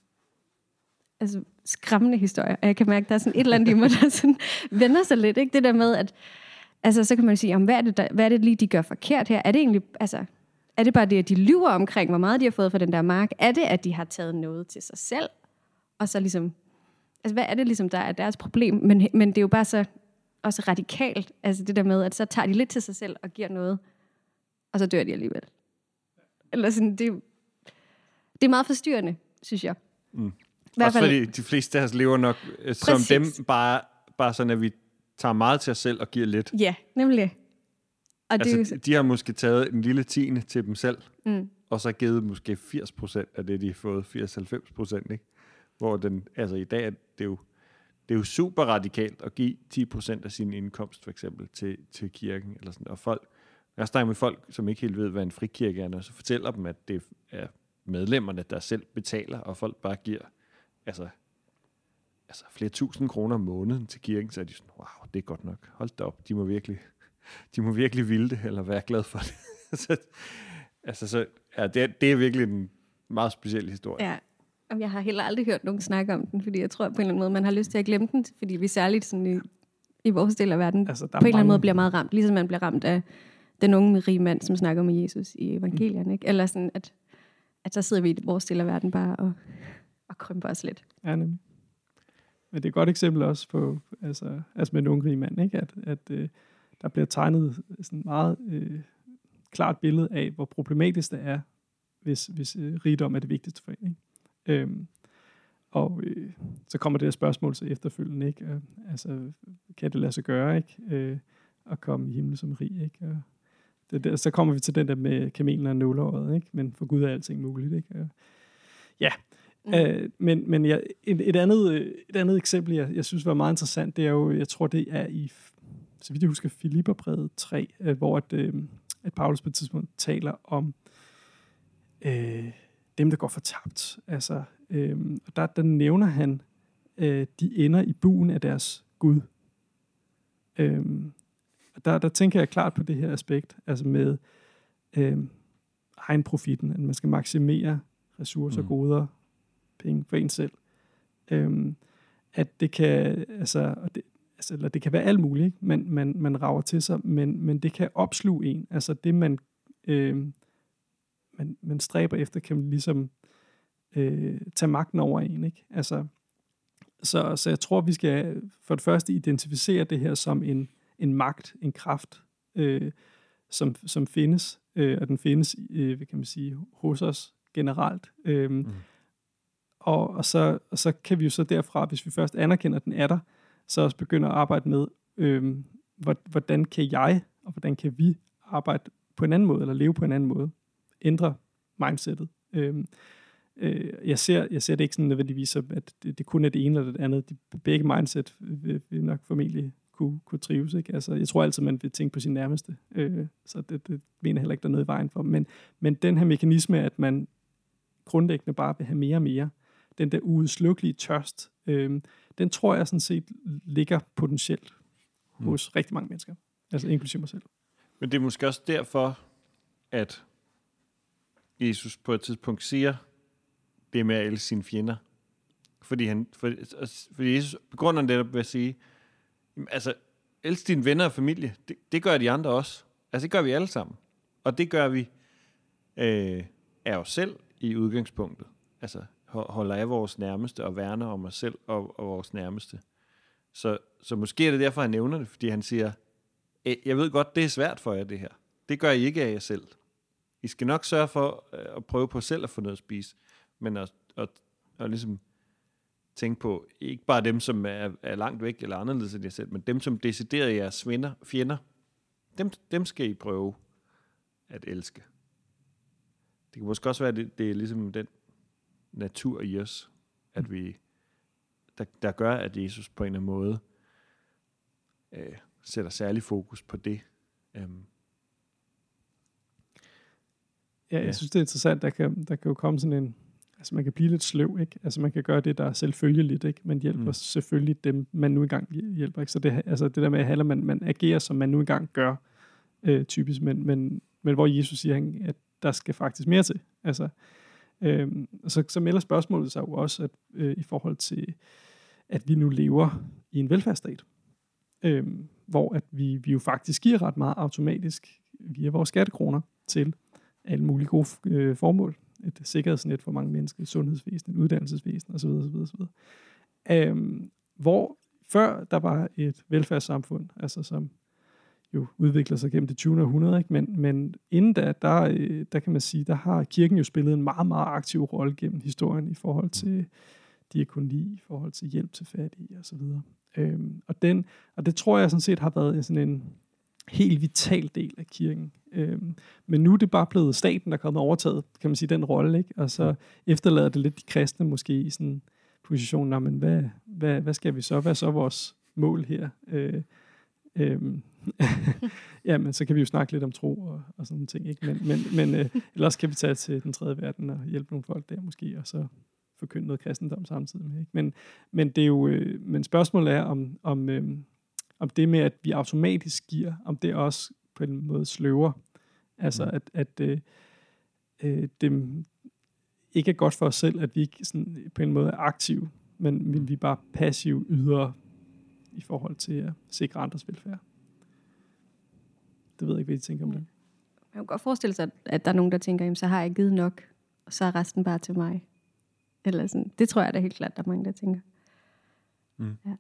A: altså skræmmende historie, og jeg kan mærke, at der er sådan et eller andet i mig, der sådan vender sig lidt, ikke? Det der med, at altså, så kan man sige, hvad er det lige, de gør forkert her? Er det egentlig, altså, er det bare det, at de lyver omkring, hvor meget de har fået for den der mark? Er det, at de har taget noget til sig selv? Og så ligesom, altså, hvad er det ligesom, der er deres problem? Men det er jo bare så også radikalt, altså det der med, at så tager de lidt til sig selv og giver noget, og så dør de alligevel. Eller sådan, det er meget forstyrrende, synes jeg.
B: Også fordi de fleste af os lever nok som dem, bare sådan, at vi tager meget til os selv og giver lidt.
A: Ja, nemlig. Og
B: altså, de har måske taget en lille tiende til dem selv, og så givet måske 80% af det, de har fået, 80-90%, ikke? Hvor altså i dag, det er jo super radikalt at give 10% af sin indkomst, for eksempel, til kirken, eller sådan. Og jeg snakker med folk, som ikke helt ved, hvad en frikirke er, og så fortæller dem, at det er medlemmerne, der selv betaler, og folk bare giver, altså flere tusind kroner om måneden til kirken, så er de sådan, wow, det er godt nok. Hold da op, de må virkelig ville det, eller være glad for det. Det er virkelig en meget speciel historie.
A: Ja, og jeg har heller aldrig hørt nogen snakke om den, fordi jeg tror på en eller anden måde, man har lyst til at glemme den, fordi vi særligt sådan i vores del af verden, altså, på en eller anden måde bliver meget ramt, ligesom man bliver ramt af den unge rige mand, som snakker om Jesus i evangelierne, ikke? Eller sådan, at så sidder vi i vores del af verden bare og krymper os lidt.
C: Ja, nemlig. Men det er et godt eksempel også på, altså med en unge rig mand, ikke? At der bliver tegnet sådan meget klart billede af, hvor problematisk det er, hvis rigdom er det vigtigste for en, ikke? Så kommer det her spørgsmål så efterfølgende, ikke? Altså, kan det lade sig gøre, ikke? At komme i himlen som rig, ikke? Og så kommer vi til den der med kamelen og nåleøjet, ikke? Men for Gud er alting muligt, ikke? Ja. Men et andet eksempel, jeg synes var meget interessant, det er jo, jeg tror det er i, så vidt jeg husker, Filipperbrevet 3, hvor at Paulus på et tidspunkt taler om det dem, der går fortabt. Altså, og der nævner han, de ender i buen af deres Gud. Der tænker jeg klart på det her aspekt, altså med egenprofitten, at man skal maksimere ressourcer, goder, penge for en selv. At det kan, eller det kan være alt muligt, ikke? Man rager til sig, men det kan opsluge en. Altså det, man stræber efter, kan man ligesom tage magten over en, ikke? Altså, så jeg tror, vi skal for det første identificere det her som en magt, en kraft, som findes, og den findes, hvad kan man sige, hos os generelt. Og så kan vi jo så derfra, hvis vi først anerkender, at den er der, så også begynde at arbejde med, hvordan kan jeg, og hvordan kan vi arbejde på en anden måde, eller leve på en anden måde, ændre mindsetet. Jeg ser det ikke sådan nødvendigvis, at det kun er det ene eller det andet. Begge mindset vil nok formentlig kunne trives. Ikke? Altså, jeg tror altid, man vil tænke på sin nærmeste. Så det mener heller ikke, der er noget i vejen for. Men den her mekanisme, at man grundlæggende bare vil have mere og mere, den der uudslukkelige tørst, den tror jeg sådan set ligger potentielt hos rigtig mange mennesker. Altså inklusive mig selv.
B: Men det er måske også derfor, at Jesus på et tidspunkt siger, det med at elske sine fjender. Fordi Jesus begrunder det ved at sige, altså, elsk dine venner og familie, det gør de andre også. Altså, det gør vi alle sammen. Og det gør vi af os selv i udgangspunktet. Altså, holder af vores nærmeste og værner om os selv og vores nærmeste. Så måske er det derfor, han nævner det, fordi han siger, jeg ved godt, det er svært for jer, det her. Det gør I ikke af jer selv. I skal nok sørge for at prøve på selv at få noget at spise, men at ligesom tænke på, ikke bare dem, som er langt væk eller anderledes end jer selv, men dem, som deciderer jeres fjender, dem skal I prøve at elske. Det kan måske også være, det er ligesom den natur i os, at vi, der gør, at Jesus på en eller anden måde sætter særlig fokus på det.
C: Ja, jeg synes, det er interessant. Der kan jo komme sådan en... Altså, man kan blive lidt sløv, ikke? Altså, man kan gøre det, der er selvfølgeligt, ikke? Man hjælper selvfølgelig dem, man nu engang hjælper, ikke? Så det der med, at man agerer, som man nu engang gør, typisk. Men hvor Jesus siger, at der skal faktisk mere til. Altså, så melder spørgsmålet sig jo også, at i forhold til, at vi nu lever i en velfærdsstat, hvor at vi jo faktisk giver ret meget automatisk via vores skattekroner til alle mulige gode formål. Et sikkerhedsnet for mange mennesker, et sundhedsvæsen, et uddannelsesvæsen osv. osv. Hvor før der var et velfærdssamfund, altså som jo udvikler sig gennem det 20. århundrede, ikke? Men inden der kan man sige, der har kirken jo spillet en meget, meget aktiv rolle gennem historien i forhold til diakoni, i forhold til hjælp til fattige osv. Og det tror jeg sådan set har været sådan en helt vital del af kirken. Men nu er det bare blevet staten, der er kommet overtaget, kan man sige, den rolle, ikke? Og så efterlader det lidt de kristne måske i sådan en position, men hvad skal vi så? Hvad er så vores mål her? Men så kan vi jo snakke lidt om tro og sådan nogle ting, ikke? Men ellers kan vi tage til den tredje verden og hjælpe nogle folk der måske, og så forkynde noget kristendom samtidig med, ikke? Men det er jo, men spørgsmålet er om det med, at vi automatisk giver, om det også på en måde sløver. Altså, at det ikke er godt for os selv, at vi ikke sådan, på en måde er aktive, men vi er bare passive ydere i forhold til at sikre andres velfærd. Det ved jeg ikke, hvad I tænker om det.
A: Man kan godt forestille sig, at der er nogen, der tænker, jamen, så har jeg givet nok, og så er resten bare til mig. Eller sådan. Det tror jeg da helt klart, der er mange, der tænker. Ja,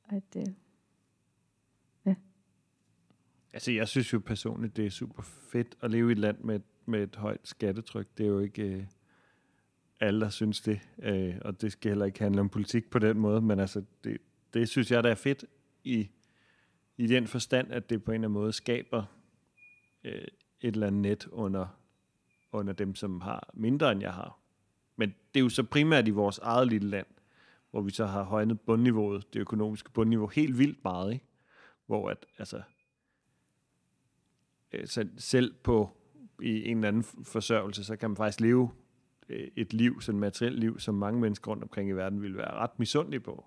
B: Altså, jeg synes jo personligt, det er super fedt at leve i et land med et højt skattetryk. Det er jo ikke alle, der synes det. Og det skal heller ikke handle om politik på den måde. Men altså, det synes jeg, der er fedt i den forstand, at det på en eller anden måde skaber et eller andet net under dem, som har mindre, end jeg har. Men det er jo så primært i vores eget lille land, hvor vi så har højnet bundniveauet, det økonomiske bundniveau, helt vildt meget, ikke? Hvor at, altså, selv i en eller anden forsørgelse, så kan man faktisk leve et liv, sådan et materielt liv, som mange mennesker rundt omkring i verden ville være ret misundelige på.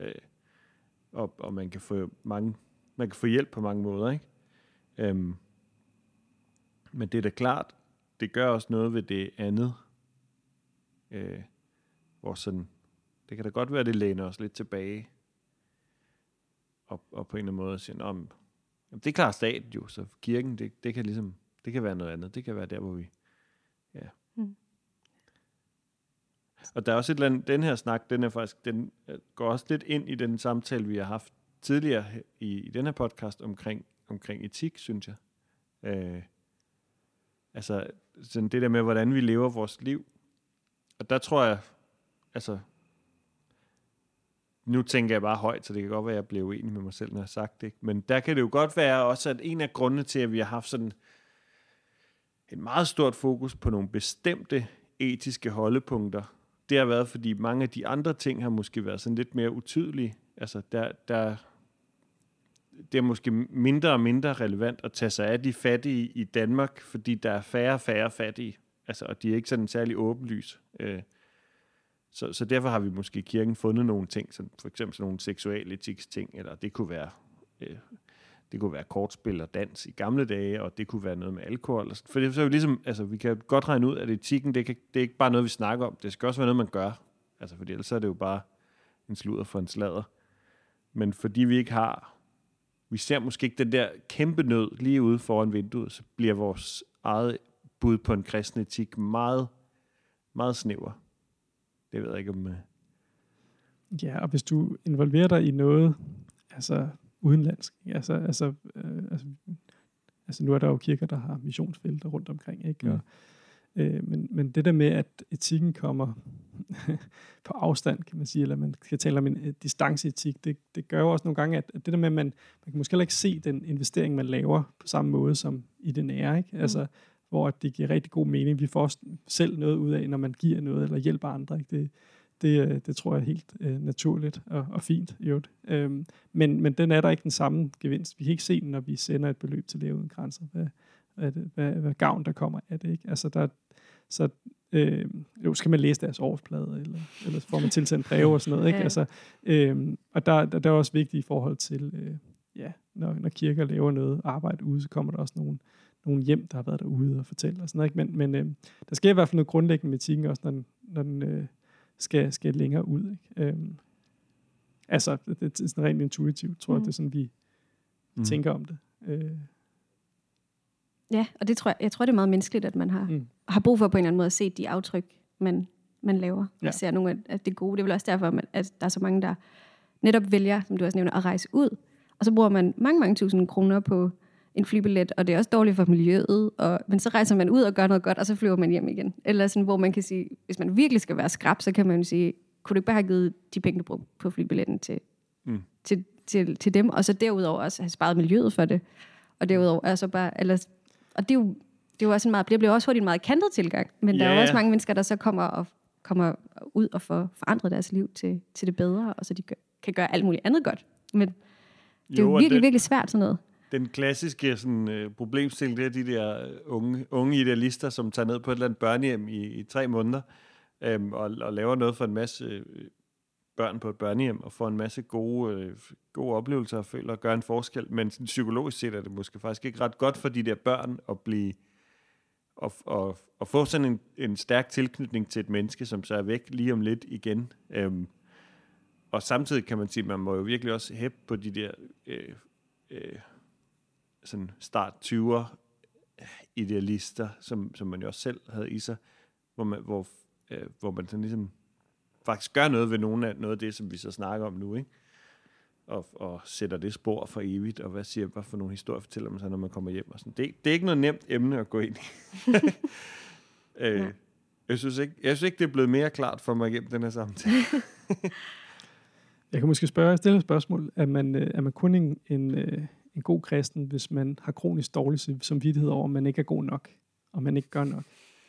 B: Og man kan få hjælp på mange måder, ikke? Men det er da klart, det gør også noget ved det andet. Hvor sådan, det kan da godt være, det læner os lidt tilbage. Og på en eller anden måde siger, jamen, det klarer staten jo, så kirken, det kan ligesom, det kan være noget andet. Det kan være der, hvor vi, ja. Og der er også et eller andet, den her snak, den går også lidt ind i den samtale, vi har haft tidligere i den her podcast omkring etik, synes jeg. Altså, sådan det der med, hvordan vi lever vores liv. Og der tror jeg, altså, nu tænker jeg bare højt, så det kan godt være, at jeg bliver uenig med mig selv, når jeg har sagt det. Ikke? Men der kan det jo godt være også, at en af grundene til, at vi har haft sådan et meget stort fokus på nogle bestemte etiske holdepunkter, det har været, fordi mange af de andre ting har måske været sådan lidt mere utydelige. Altså, det er måske mindre og mindre relevant at tage sig af de fattige i Danmark, fordi der er færre og færre fattige. Altså, og de er ikke sådan særlig åbenlys. Så derfor har vi måske i kirken fundet nogle ting, som for eksempel sådan nogle seksualetiks ting, eller det kunne være kortspil og dans i gamle dage, og det kunne være noget med alkohol. For det er jo ligesom, altså vi kan godt regne ud, at etikken, det er ikke bare noget, vi snakker om. Det skal også være noget, man gør. Altså, fordi ellers er det jo bare en sludder for en sladder. Men fordi vi ser måske ikke den der kæmpe nød lige ude foran vinduet, så bliver vores eget bud på en kristen etik meget, meget snæver. Det ved jeg ikke om...
C: Ja, og hvis du involverer dig i noget, altså udenlandsk, altså nu er der jo kirker, der har missionsfelter rundt omkring, ikke? Og, men det der med, at etikken kommer på afstand, kan man sige, eller man skal tale om en distanceetik, det gør jo også nogle gange, at det der med, at man kan måske heller ikke se den investering, man laver på samme måde som i det nære, ikke? Altså, hvor det giver rigtig god mening. Vi får selv noget ud af, når man giver noget, eller hjælper andre, ikke? Det tror jeg er helt naturligt og fint. Men den er der ikke den samme gevinst. Vi kan ikke se den, når vi sender et beløb til Læger Uden Grænser. Hvad gavn der kommer af det, ikke? Altså skal man læse deres årsplade, eller får man tilsendt breve og sådan noget, ikke? Ja. Altså, og der er også vigtigt i forhold til, når kirker laver noget arbejde ude, så kommer der også nogle hjem, der har været derude og fortæller og sådan noget, ikke? Men der sker i hvert fald noget grundlæggende med etikken også, når den skal længere ud, ikke? Altså, det er sådan rent intuitivt, tror jeg, det er sådan, vi tænker om det.
A: Ja, og jeg tror, det er meget menneskeligt, at man har brug for på en eller anden måde at se de aftryk, man laver. Jeg ser nogle af det gode. Det er vel også derfor, at der er så mange, der netop vælger, som du også nævner, at rejse ud. Og så bruger man mange tusind kroner på en flybillet, og det er også dårligt for miljøet. Men så rejser man ud og gør noget godt, og så flyver man hjem igen. Eller sådan, hvor man kan sige, hvis man virkelig skal være skrap, så kan man jo sige, kunne du ikke bare have givet de penge, du brugte på flybilletten til dem, og så derudover også have sparet miljøet for det. Og derudover altså bare, og det er jo også det bliver også hurtigt en meget kantet tilgang, men der er jo også mange mennesker, der så kommer ud og får forandret deres liv til det bedre, og så de kan gøre alt muligt andet godt. Men det er jo virkelig, virkelig svært sådan noget.
B: Den klassiske problemstilling, det er de der unge idealister, som tager ned på et eller andet børnehjem i 3 måneder, og laver noget for en masse børn på et børnehjem, og får en masse gode oplevelser, og føler at gøre en forskel. Men psykologisk set er det måske faktisk ikke ret godt for de der børn at blive og få sådan en stærk tilknytning til et menneske, som så er væk lige om lidt igen. Og samtidig kan man sige, at man må jo virkelig også hæppe på de der sådan start 20'er idealister, som man jo også selv havde i sig, hvor man sådan ligesom faktisk gør noget ved noget af det, som vi så snakker om nu, ikke? Og sætter det spor for evigt, og hvad for nogle historier fortæller man så, når man kommer hjem og sådan. Det er ikke noget nemt emne at gå ind i. Jeg synes ikke, det er blevet mere klart for mig igennem den her samtale.
C: Jeg kan måske stille et spørgsmål. Er man kun en god kristen, hvis man har kronisk dårlig samvittighed over, at man ikke er god nok, og man ikke gør nok?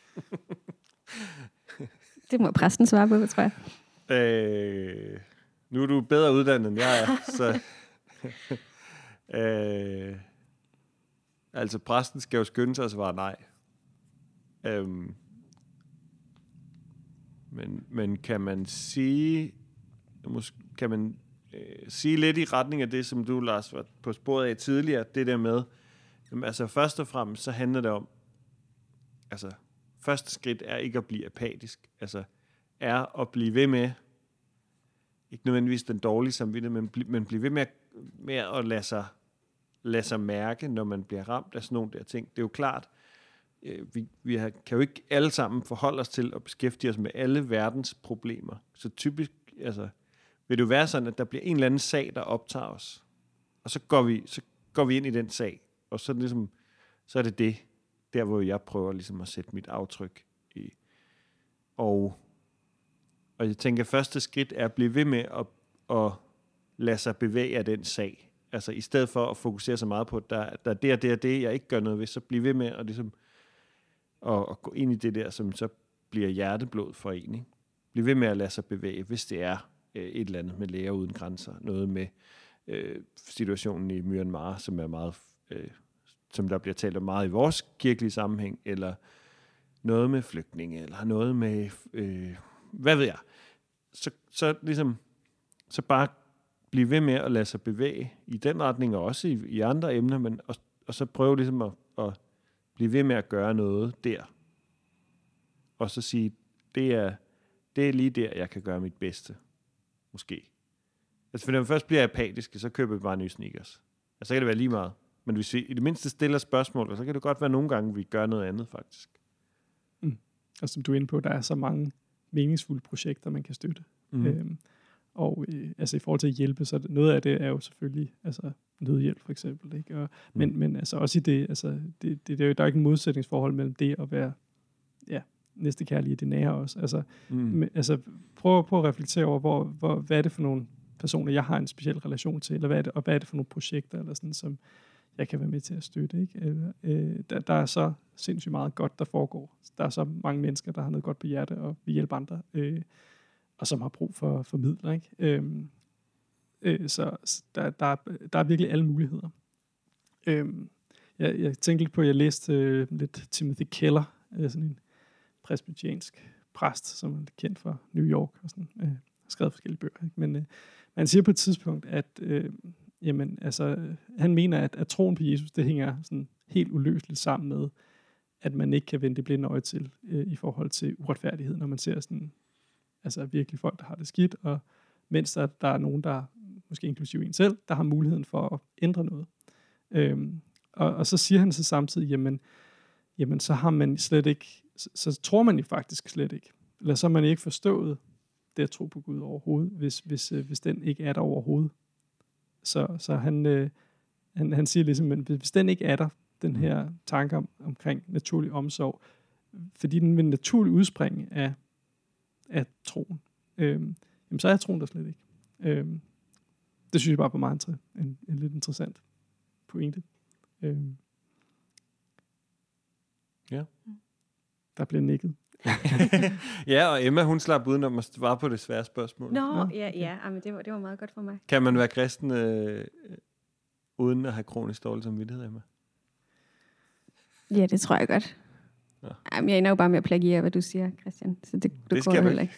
A: Det må præsten svare på, tror jeg.
B: Nu er du bedre uddannet, end jeg er. Så, altså, præsten skal jo skynde sig at svare nej. Men kan man sige, sige lidt i retning af det, som du, Lars, var på sporet af tidligere, det der med, jamen, altså først og fremmest, så handler det om, altså første skridt er ikke at blive apatisk, altså er at blive ved med, ikke nødvendigvis den dårlige samvittighed, men blive ved med at lade sig mærke, når man bliver ramt af sådan nogle der ting. Det er jo klart, kan jo ikke alle sammen forholde os til at beskæftige os med alle verdens problemer. Så typisk, altså, vil det jo være sådan, at der bliver en eller anden sag, der optager os. Og så går vi ind i den sag. Og så er det ligesom, så er det der hvor jeg prøver ligesom at sætte mit aftryk i. Og jeg tænker, første skridt er at blive ved med at lade sig bevæge af den sag. Altså i stedet for at fokusere så meget på, at der er det, jeg ikke gør noget ved, så blive ved med at ligesom og gå ind i det der, som så bliver hjerteblod for en. Ikke? Bliv ved med at lade sig bevæge, hvis det er et eller andet med Læger Uden Grænser, noget med situationen i Myanmar, som er meget, som der bliver talt om meget i vores kirkelige sammenhæng, eller noget med flygtninge, eller noget med, hvad ved jeg. Så ligesom, så bare blive ved med at lade sig bevæge i den retning, og også i andre emner, men og så prøve ligesom at blive ved med at gøre noget der. Og så sige, det er lige der, jeg kan gøre mit bedste. Måske. Altså, for når man først bliver apatisk, så køber vi bare nye sneakers. Altså, så kan det være lige meget. Men hvis vi i det mindste stiller spørgsmål, så kan det godt være nogle gange, vi gør noget andet, faktisk.
C: Og som du er inde på, der er så mange meningsfulde projekter, man kan støtte. Altså i forhold til at hjælpe, så noget af det er jo selvfølgelig altså nødhjælp for eksempel, ikke? Men altså også i det, altså det er jo, der er ikke en modsætningsforhold mellem det at være næstekærlig i det nære også. Altså, altså prøv at reflektere over, hvad er det for nogle personer, jeg har en speciel relation til, eller hvad er det for nogle projekter, eller sådan, som jeg kan være med til at støtte, ikke? Eller, der er så sindssygt meget godt, der foregår. Der er så mange mennesker, der har noget godt på hjerte, og vi hjælper andre, og som har brug for midler, ikke? Så der er virkelig alle muligheder. Jeg tænkte lidt på, at jeg læste lidt Timothy Keller, sådan en presbyteriansk præst, som er kendt fra New York, og sådan, har skrevet forskellige bøger. Ikke? Men man siger på et tidspunkt, at jamen, altså, han mener, at troen på Jesus, det hænger sådan helt uløseligt sammen med, at man ikke kan vende det blinde øje til i forhold til uretfærdighed, når man ser sådan, altså virkelig folk, der har det skidt, og mens der er nogen, der måske inklusive en selv, der har muligheden for at ændre noget. Og så siger han så samtidig, jamen så har man slet ikke, så tror man jo faktisk slet ikke, eller så har man ikke forstået det at tro på Gud overhovedet, hvis den ikke er der overhovedet. Så han siger ligesom, at hvis den ikke er der, den her tanke omkring naturlig omsorg, fordi den vil naturligt udspringe af troen, jamen så er troen der slet ikke. Det synes jeg bare på meget en lidt interessant pointe.
B: Ja.
C: Der bliver nikket.
B: Ja, og Emma, hun slap udenom at svare på det svære spørgsmål.
A: Nå, ja, men det var meget godt for mig.
B: Kan man være kristen uden at have kronisk dårlig samvittighed, Emma?
A: Ja, det tror jeg godt. Ja. Jamen, jeg ender jo bare med at plagiere, hvad du siger, Christian. Så det går jo heller ikke.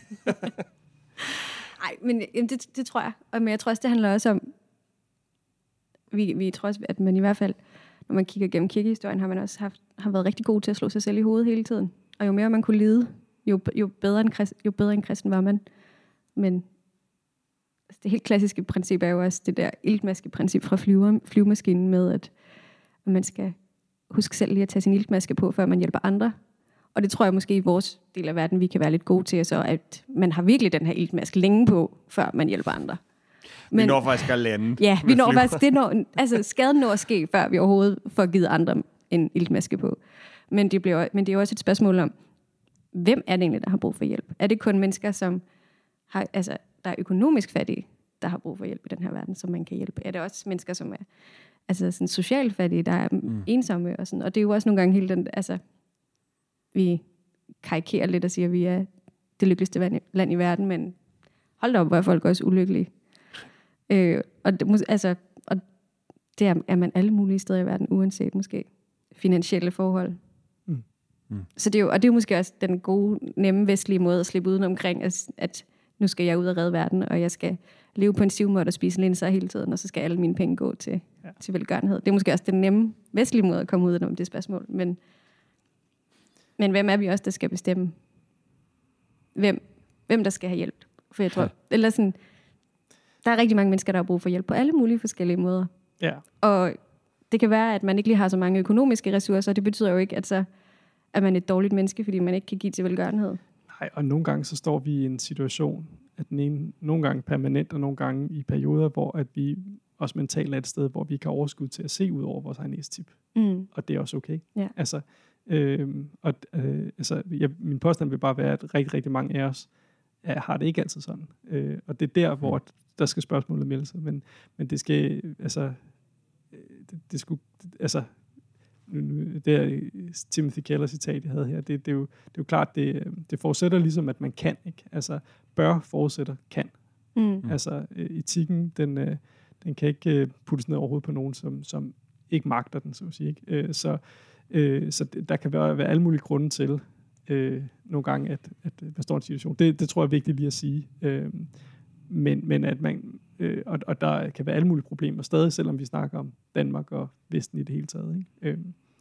A: Nej, men det tror jeg. Men jeg tror også, det handler også om, vi tror også, at man i hvert fald, når man kigger gennem kirkehistorien, har man også har været rigtig god til at slå sig selv i hovedet hele tiden. Og jo mere man kunne lide, jo bedre en kristen var man. Men altså, det helt klassiske princip er jo også det der iltmaskeprincip fra flyvemaskinen med, at man skal huske selv lige at tage sin iltmaske på, før man hjælper andre. Og det tror jeg måske i vores del af verden, vi kan være lidt gode til, så at man har virkelig den her iltmaske længe på, før man hjælper andre.
B: Men, vi når faktisk at lande.
A: Ja, vi når faktisk, altså skaden når at ske, før vi overhovedet får givet andre en iltmaske på. Men det er jo også et spørgsmål om, hvem er det egentlig, der har brug for hjælp? Er det kun mennesker, som har, altså, der er økonomisk fattige, der har brug for hjælp i den her verden, som man kan hjælpe? Er det også mennesker, som er altså sådan socialt fattige, der er ensomme og sådan? Og det er jo også nogle gange helt den, altså vi karikerer lidt og siger, at vi er det lykkeligste land i verden, men hold da op, hvor er folk også ulykkelige. Og det er man alle mulige steder i verden, uanset måske finansielle forhold. Så det er jo måske også den gode, nemme vestlige måde at slippe udenomkring, at nu skal jeg ud og redde verden, og jeg skal leve på en sivmåt og spise linser hele tiden, og så skal alle mine penge gå til velgørenhed. Det er måske også den nemme vestlige måde at komme ud af det spørgsmål. Men hvem er vi også, der skal bestemme, hvem der skal have hjælp? For jeg tror, eller sådan, der er rigtig mange mennesker, der har brug for hjælp på alle mulige forskellige måder.
C: Ja.
A: Og det kan være, at man ikke lige har så mange økonomiske ressourcer. Det betyder jo ikke, at så er man et dårligt menneske, fordi man ikke kan give til velgørenhed.
C: Nej, og nogle gange så står vi i en situation, at nogle gange permanent, og nogle gange i perioder, hvor at vi også mentalt er et sted, hvor vi kan overskud til at se ud over vores egen næstip. Og det er også okay.
A: Ja.
C: Min påstand vil bare være, at rigtig, rigtig mange af os har det ikke altid sådan. Og det er der, hvor der skal spørgsmålet melde sig. Men det skal, det er Timothy Keller citat, jeg havde her. Det er jo klart, det forudsætter ligesom, at man kan, ikke? Altså, bør forudsætter kan. Altså, etikken, den kan ikke puttes ned overhovedet på nogen, som ikke magter den, så at sige, ikke? Så der kan være alle mulige grunde til nogle gange, at man står i en situation. Det tror jeg er vigtigt lige at sige. Men at man, og der kan være alle mulige problemer stadig, selvom vi snakker om Danmark og Vesten i det hele taget. Ikke?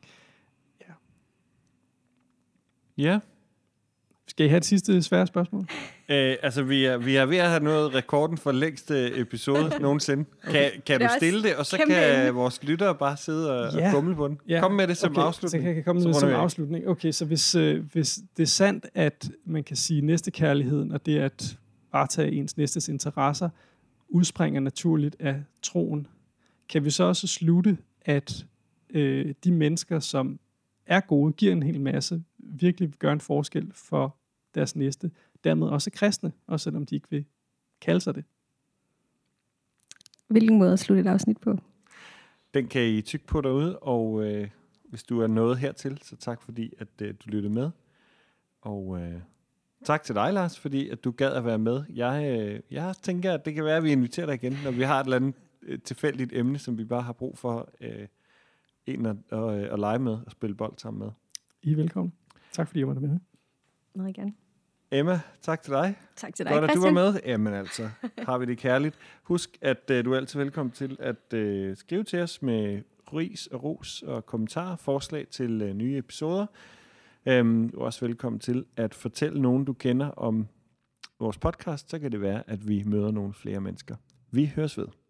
B: Ja.
C: Skal I have et sidste svære spørgsmål?
B: Vi er ved at have nået rekorden for længste episode nogensinde. Okay. Kan du stille det, og så kan vores lyttere bare sidde og bumle på den? Kom med det som afslutning.
C: Så kan jeg komme med det som afslutning. Okay, så hvis det er sandt, at man kan sige næstekærligheden, og det at varetage ens næstes interesser, udspringer naturligt af troen, kan vi så også slutte, at de mennesker, som er gode, giver en hel masse, virkelig gør en forskel for deres næste, dermed også kristne, også selvom de ikke vil kalde sig det.
A: Hvilken måde at slutte et afsnit på?
B: Den kan I tykke på derude, og hvis du er nået hertil, så tak fordi, at du lyttede med. Og tak til dig, Lars, fordi at du gad at være med. Jeg tænker, at det kan være, at vi inviterer dig igen, når vi har et eller andet tilfældigt emne, som vi bare har brug for en at lege med og spille bold sammen med.
C: I er velkommen. Tak fordi jeg var med.
A: Meget gerne.
B: Emma, tak til dig.
A: Tak til dig,
B: godt, at
A: Christian.
B: du var med. Jamen altså, har vi det kærligt. Husk, at du er altid velkommen til at skrive til os med ris og ros og kommentarer, forslag til nye episoder. Du er også velkommen til at fortælle nogen, du kender om vores podcast, så kan det være, at vi møder nogle flere mennesker. Vi høres ved.